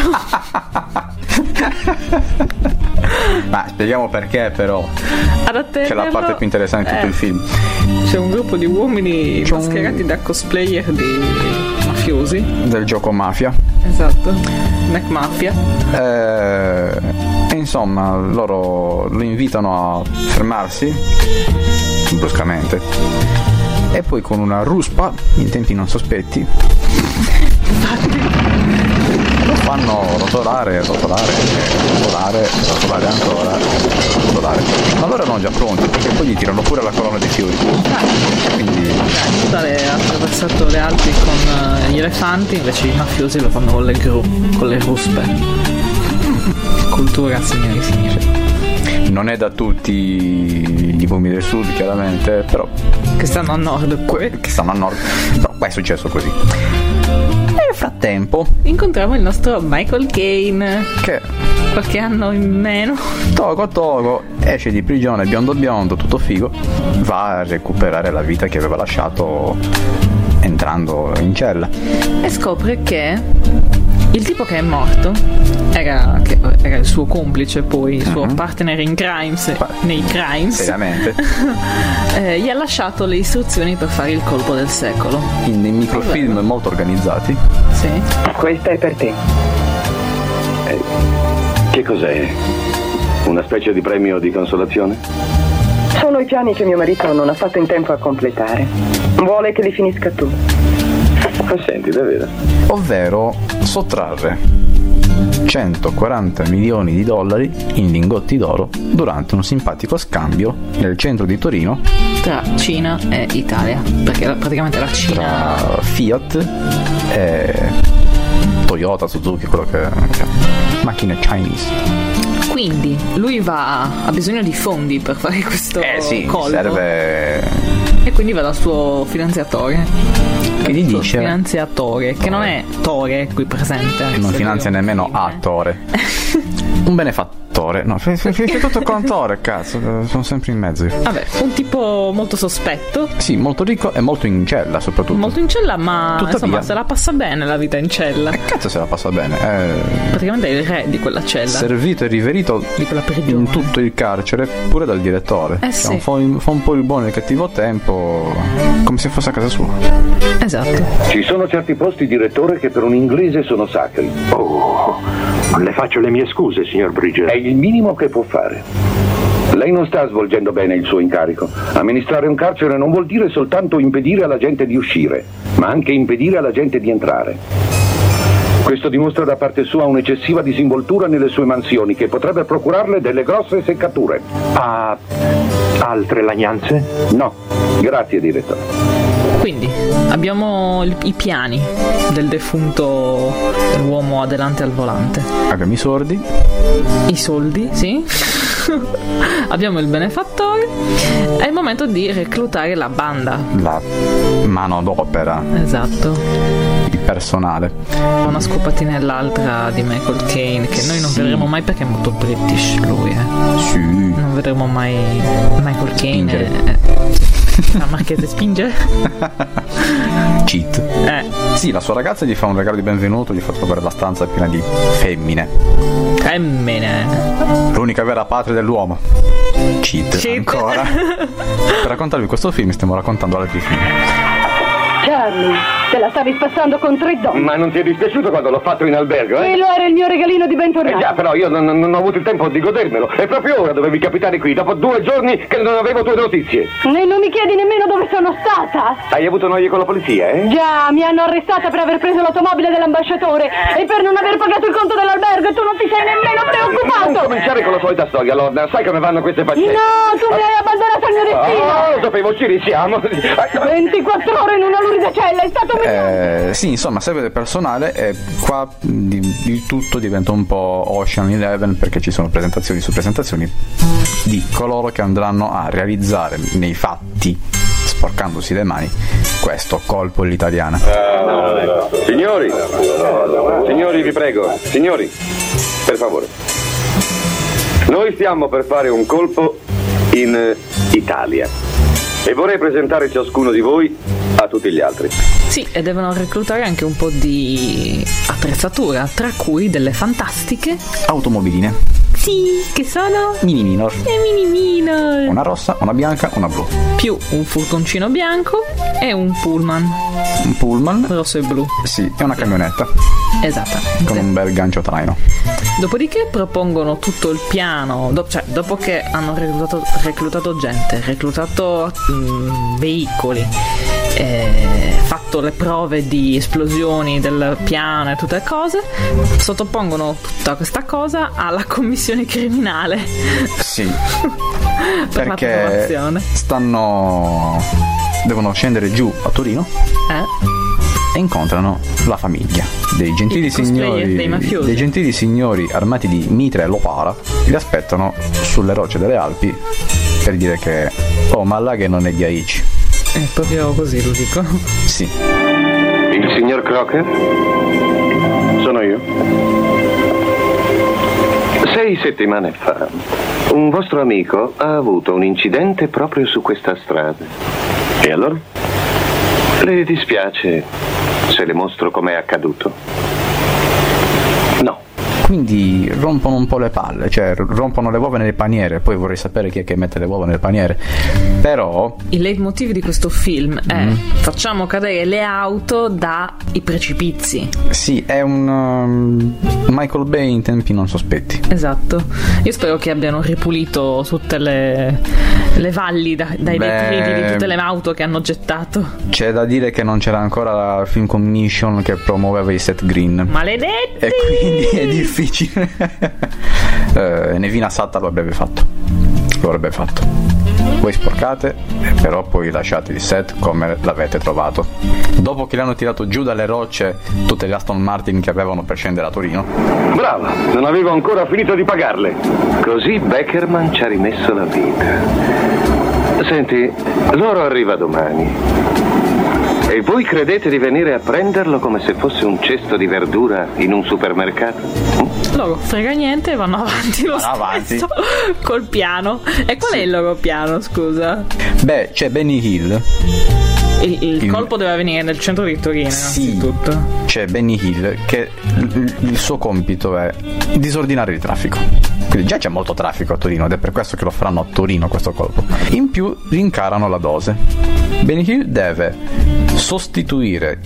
Ma spieghiamo perché, però. C'è la parte più interessante di tutto il film. C'è un gruppo di uomini mascherati da cosplayer di mafiosi del gioco Mafia. Esatto, Mac Mafia. E insomma, loro lo invitano a fermarsi bruscamente, e poi con una ruspa in tempi non sospetti lo fanno rotolare ancora, ma loro erano già pronti, perché poi gli tirano pure la colonna di fiori. Quindi ha attraversato le Alpi con gli elefanti, invece i mafiosi lo fanno con le gru, con le ruspe. Cultura, signori e signori. Non è da tutti gli uomini del sud, chiaramente, però che stanno a nord, però qua è successo così. Nel frattempo incontriamo il nostro Michael Caine, che qualche anno in meno, togo, esce di prigione biondo, tutto figo, va a recuperare la vita che aveva lasciato entrando in cella, e scopre che Il tipo che è morto era il suo complice, poi il suo partner in crimes, nei crimes. Seriamente. Gli ha lasciato le istruzioni per fare il colpo del secolo. In dei microfilm molto organizzati. Sì. Questa è per te. Che cos'è? Una specie di premio di consolazione? Sono i piani che mio marito non ha fatto in tempo a completare. Vuole che li finisca tu. Senti, davvero? Ovvero sottrarre 140 milioni di dollari in lingotti d'oro durante un simpatico scambio nel centro di Torino tra Cina e Italia, perché praticamente la Cina tra Fiat e Toyota, Suzuki, quello che macchine Chinese. Quindi lui ha bisogno di fondi per fare questo colpo. Serve. E quindi va dal suo finanziatore. Che gli dice? Finanziatore, che non è Tore qui presente. E non finanzia nemmeno Tore. Un benefattore. No, finisce tutto con Tore, cazzo. Sono sempre in mezzo. Vabbè, un tipo molto sospetto. Sì, molto ricco e molto in cella, soprattutto. Molto in cella, ma tuttavia, insomma se la passa bene la vita in cella. Cazzo se la passa bene. Praticamente è il re di quella cella. Servito e riverito in tutto il carcere, pure dal direttore. Sì. Fa un po' il buono e il cattivo tempo, come se fosse a casa sua. Esatto. Ci sono certi posti direttore che per un inglese sono sacri. Oh, le faccio le mie scuse, signor Bridger. È il minimo che può fare. Lei non sta svolgendo bene il suo incarico. Amministrare un carcere non vuol dire soltanto impedire alla gente di uscire, ma anche impedire alla gente di entrare. Questo dimostra da parte sua un'eccessiva disinvoltura nelle sue mansioni, che potrebbe procurarle delle grosse seccature. Ha altre lagnanze? No, grazie direttore. Quindi abbiamo i piani del defunto uomo adelante al volante. Abbiamo i sordi. I soldi, sì. Abbiamo il benefattore. È il momento di reclutare la banda. La manodopera. Esatto. Il personale. Una scopatina e l'altra di Michael Caine, che noi non vedremo mai perché è molto british lui, Sì. Non vedremo mai Michael Caine. La Marchese spinge? Cheat. Sì, la sua ragazza gli fa un regalo di benvenuto, gli fa trovare la stanza piena di femmine. L'unica vera patria dell'uomo. Cheat. Ancora. Per raccontarvi questo film stiamo raccontando altri film. Charlie, te la stavi spassando con 3 donne. Ma non ti è dispiaciuto quando l'ho fatto in albergo, Quello era il mio regalino di bentornato. Già, però io non ho avuto il tempo di godermelo. E proprio ora dovevi capitare qui, dopo 2 giorni che non avevo tue notizie. E non mi chiedi nemmeno dove sono stata. Hai avuto noie con la polizia, Già, mi hanno arrestata per aver preso l'automobile dell'ambasciatore e per non aver pagato il conto dell'albergo, e tu non ti sei nemmeno preoccupato. Non cominciare con la solita storia, Lorna. Sai come vanno queste faccende? No, tu mi hai abbandonato al mio destino. Lo sapevo, ci risiamo. 24 ore in una lurida cella, è stato sì, insomma, serve del personale e qua il tutto diventa un po' Ocean Eleven, perché ci sono presentazioni su presentazioni di coloro che andranno a realizzare nei fatti, sporcandosi le mani, questo colpo all'italiana. Signori, vi prego, signori, per favore. Noi stiamo per fare un colpo in Italia e vorrei presentare ciascuno di voi a tutti gli altri. Sì, e devono reclutare anche un po' di attrezzatura, tra cui delle fantastiche automobiline. Sì, che sono? Mini minor. E mini minor. Una rossa, una bianca, una blu. Più un furgoncino bianco e un pullman. Un pullman? Rosso e blu. Sì, e una camionetta. Esattamente. Con un bel gancio traino. Dopodiché propongono tutto il piano, dopo che hanno reclutato gente, reclutato veicoli, fatto le prove di esplosioni del piano e tutte le cose, sottopongono tutta questa cosa alla commissione criminale. Sì. Perché devono scendere giù a Torino e incontrano la famiglia dei gentili signori armati di mitra e lopara, che li aspettano sulle rocce delle Alpi per dire che ma là che non è Gaici. È proprio così, lo dico. Sì. Il signor Crocker? Sono io. 6 settimane fa un vostro amico ha avuto un incidente proprio su questa strada. E allora? Le dispiace se le mostro com'è accaduto? No. Quindi rompono un po' le palle, cioè rompono le uova nelle paniere. Poi vorrei sapere chi è che mette le uova nel paniere. Però il leitmotiv di questo film è facciamo cadere le auto dai precipizi. Sì, è un Michael Bay in tempi non sospetti. Esatto. Io spero che abbiano ripulito tutte le valli dai detriti di tutte le auto che hanno gettato. C'è da dire che non c'era ancora la Film Commission che promuoveva i set green. Maledetti! E quindi è difficile. Nevina Satta lo avrebbe fatto. Voi sporcate, però poi lasciate il set come l'avete trovato. Dopo che le hanno tirato giù dalle rocce tutte le Aston Martin che avevano per scendere a Torino. Brava, non avevo ancora finito di pagarle. Così Beckerman ci ha rimesso la vita. Senti, l'oro arriva domani. E voi credete di venire a prenderlo come se fosse un cesto di verdura in un supermercato? Loro frega niente, vanno avanti lo stesso col piano. E qual è il loro piano, scusa? Beh, c'è Benny Hill. Il colpo deve venire nel centro di Torino, innanzitutto. Sì, c'è Benny Hill che il suo compito è disordinare il traffico. Quindi già c'è molto traffico a Torino ed è per questo che lo faranno a Torino questo colpo. In più rincarano la dose. Benny Hill deve sostituire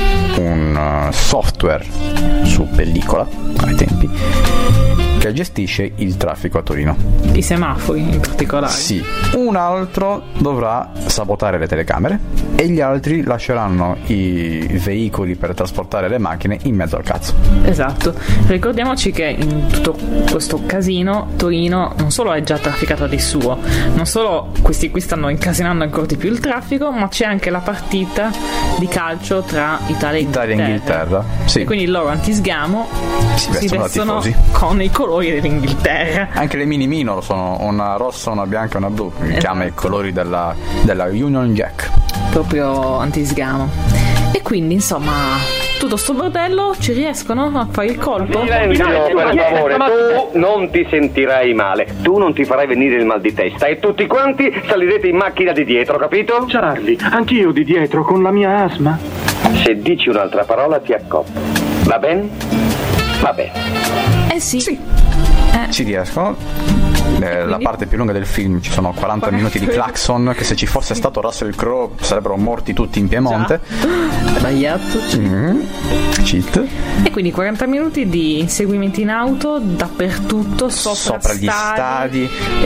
un software su pellicola ai tempi che gestisce il traffico a Torino. I semafori in particolare. Sì. Un altro dovrà sabotare le telecamere e gli altri lasceranno i veicoli per trasportare le macchine in mezzo al cazzo. Esatto. Ricordiamoci che in tutto questo casino Torino non solo è già trafficata di suo, non solo questi qui stanno incasinando ancora di più il traffico, ma c'è anche la partita di calcio tra Italia e Inghilterra. Sì. E quindi loro antisgamo si vestono con i colori dell'Inghilterra. Anche le mini minor sono una rossa, una bianca e una blu. Chiama i colori della Union Jack. Proprio antisgamo. E quindi insomma tutto sto bordello ci riescono a fare il colpo? Silenzio, per favore, tu non ti sentirai male. Tu non ti farai venire il mal di testa e tutti quanti salirete in macchina di dietro, capito? Charlie, anch'io di dietro con la mia asma. Se dici un'altra parola ti accoppo. Va bene? Va bene. Sì. Ci riescono. La parte più lunga del film ci sono 40 minuti di clacson che se ci fosse stato Russell Crowe sarebbero morti tutti in Piemonte. Sbagliato. Cheat. E quindi 40 minuti di inseguimenti in auto dappertutto, sopra gli stadi,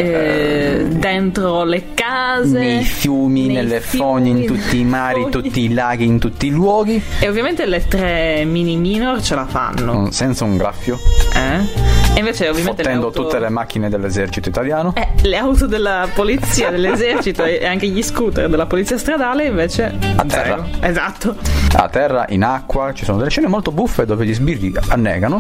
dentro le case, nei fiumi, nelle fogne, in tutti i mari, in tutti i laghi, in tutti i luoghi. E ovviamente le 3 mini minor ce la fanno senza un graffio. E invece ovviamente fottendo tutte le macchine dell'esercito italiano. Le auto della polizia, dell'esercito e anche gli scooter della polizia stradale invece a terra. Esatto. A terra, in acqua, ci sono delle scene molto buffe dove gli sbirri annegano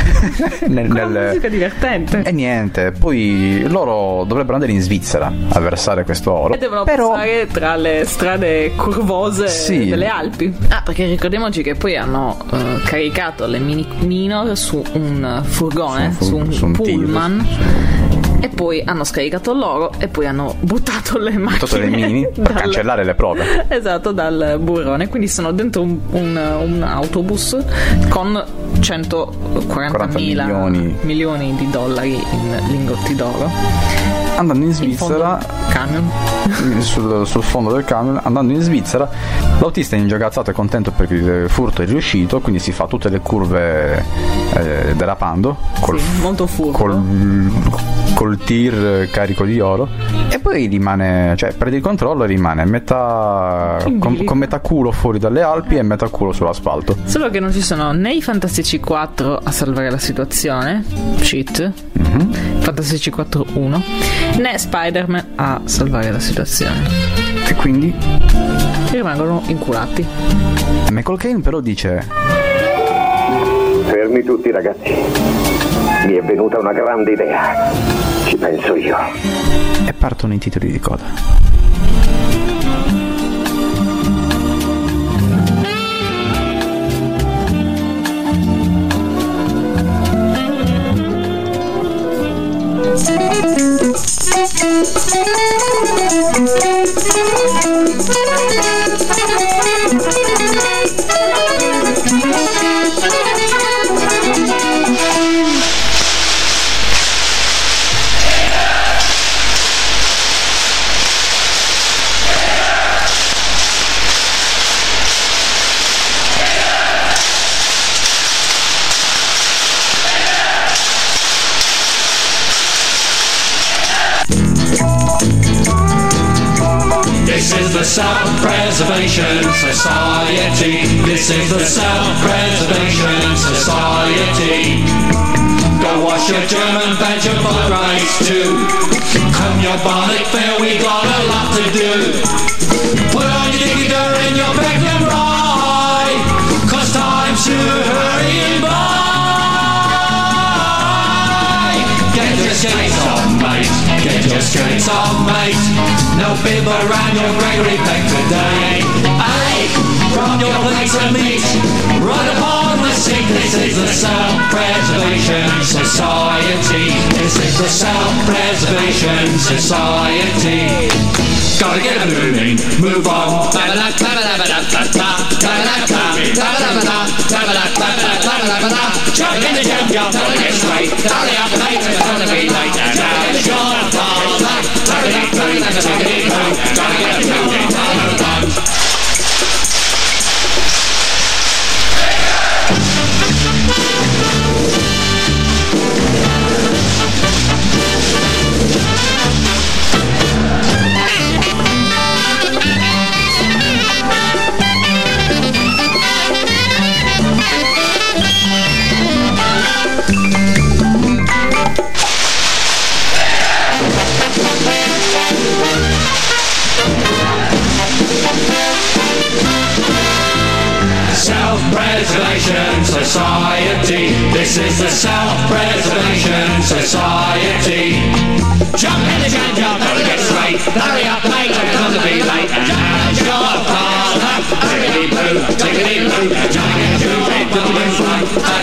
nella musica divertente. E niente, poi loro dovrebbero andare in Svizzera a versare questo oro e devono passare tra le strade curvose delle Alpi. Perché ricordiamoci che poi hanno caricato le mini minor su un furgone, su un pullman, e poi hanno scaricato l'oro e poi hanno buttato le macchine mini per cancellare le prove. Esatto, dal burrone. Quindi sono dentro un autobus con 140.000 milioni di dollari in lingotti d'oro. Andando in Svizzera, sul fondo del camion, andando in Svizzera, l'autista è ingigazzato e contento perché il furto è riuscito, quindi si fa tutte le curve derapando molto furbo, col tir carico di oro, e poi rimane, cioè perde il controllo e rimane metà con metà culo fuori dalle Alpi e metà culo sull'asfalto. Solo che non ci sono né i Fantastici 4 a salvare la situazione, Fantastici 4 1, né Spider-Man a salvare la situazione, e quindi rimangono inculati. Michael Caine però dice: fermi tutti ragazzi, mi è venuta una grande idea, ci penso io. E partono i titoli di coda. the Self-Preservation Society. This is the Self-Preservation Society. Go wash your German veg and both rice too. Comb your bonnet fair, we got a lot to do. Put on your digger in your back and ride, 'cause time's to hurrying by. Get your skates on, mate. Get your skates on, mate. No bib around your Gregory Peck today. Hey, from your plates of meat, right upon the sink. This is the Self-Preservation Society. This is the Self-Preservation Society. Gotta get moving, move on. Jump in the jump, gotta get straight. Hurry up, mate, it's gonna be late. And now it's your father. Hurry up, mate, gotta get moving, move on. Self-Preservation Society. This is the Self-Preservation Society. Jump in the jump, gotta get straight. Hurry up, mate, it's gonna be late. And now it's your father. Tickety-boo, tickety-boo. Jump in the jump, gotta get straight.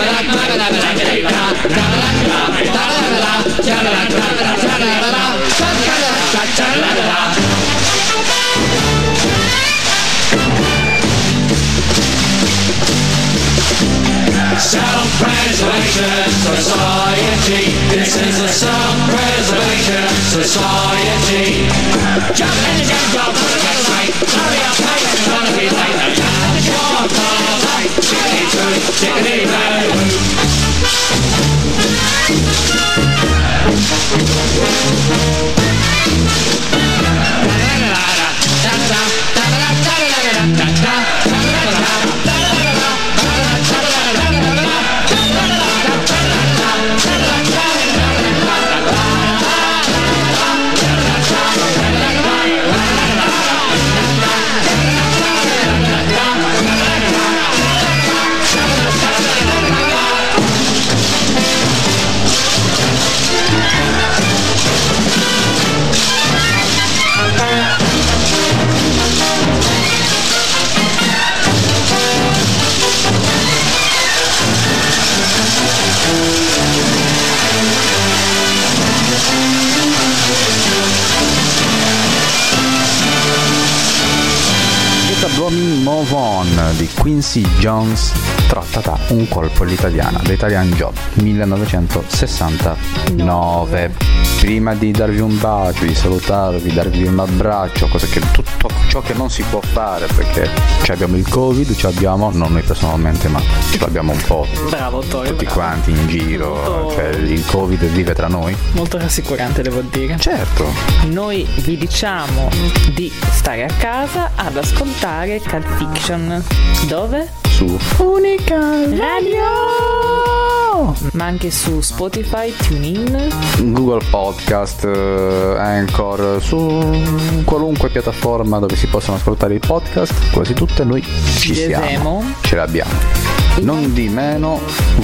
Self-Preservation Society. This is the Self-Preservation Society. Jump in the jump, gotta get straight. Hurry up, mate, it's gonna be late. And now it's your father. Tickety-boo, tickety-boo. Blooming Move On di Quincy Jones, tratta da Un colpo all'italiana, The Italian Job, 1969. Prima di darvi un bacio, di salutarvi, darvi un abbraccio, cosa che tutto ciò che non si può fare perché abbiamo il Covid, non noi personalmente, ma ce l'abbiamo un po'. Bravo Torio, tutti quanti in giro, cioè il Covid vive tra noi. Molto rassicurante, devo dire. Certo. Noi vi diciamo di stare a casa ad ascoltare Cult Fiction. Dove? Su Unica Radio! Ma anche su Spotify, TuneIn, Google Podcast, Anchor, su qualunque piattaforma dove si possono ascoltare i podcast, quasi tutte noi ci siamo, ce l'abbiamo. Non di meno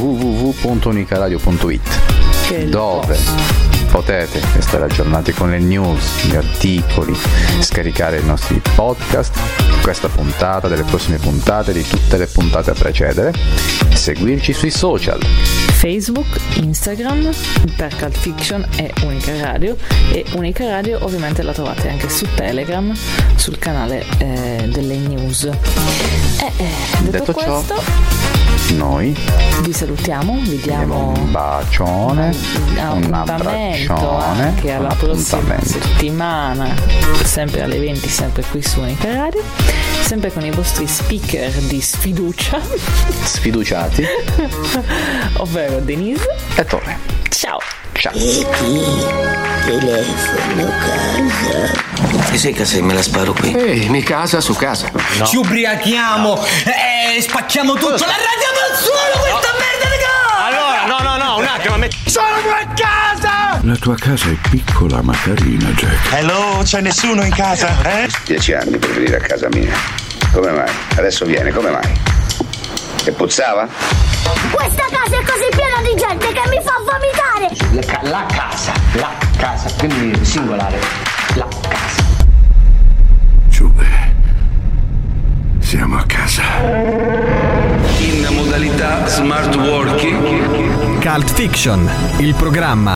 www.unicaradio.it, dove potete restare aggiornati con le news, gli articoli, scaricare i nostri podcast, questa puntata, delle prossime puntate, di tutte le puntate a precedere, seguirci sui social, Facebook, Instagram per Cult Fiction e Unica Radio, e Unica Radio ovviamente la trovate anche su Telegram, sul canale delle news. Detto questo, noi vi salutiamo, vi diamo un bacione, un appuntamento anche alla prossima settimana, sempre alle 20, sempre qui su Unica Radio, sempre con i vostri speaker di sfiduciati, ovvero Denise e Torre. Ciao. Ciao. Telefono casa. Ti sei casa e me la sparo qui? Ehi, mi casa su casa. No. Ci ubriachiamo e spacchiamo tutto. La radiamo al suolo questa merda di casa! Allora, no, un attimo. Sono a casa! La tua casa è piccola ma carina, Jack. Hello, c'è nessuno in casa, eh? 10 anni per venire a casa mia. Come mai? Adesso viene, come mai? E puzzava? Questa casa è così piena di gente che mi fa vomitare! La casa, quindi singolare. La casa. Giube, siamo a casa. In modalità smart working. Cult Fiction, il programma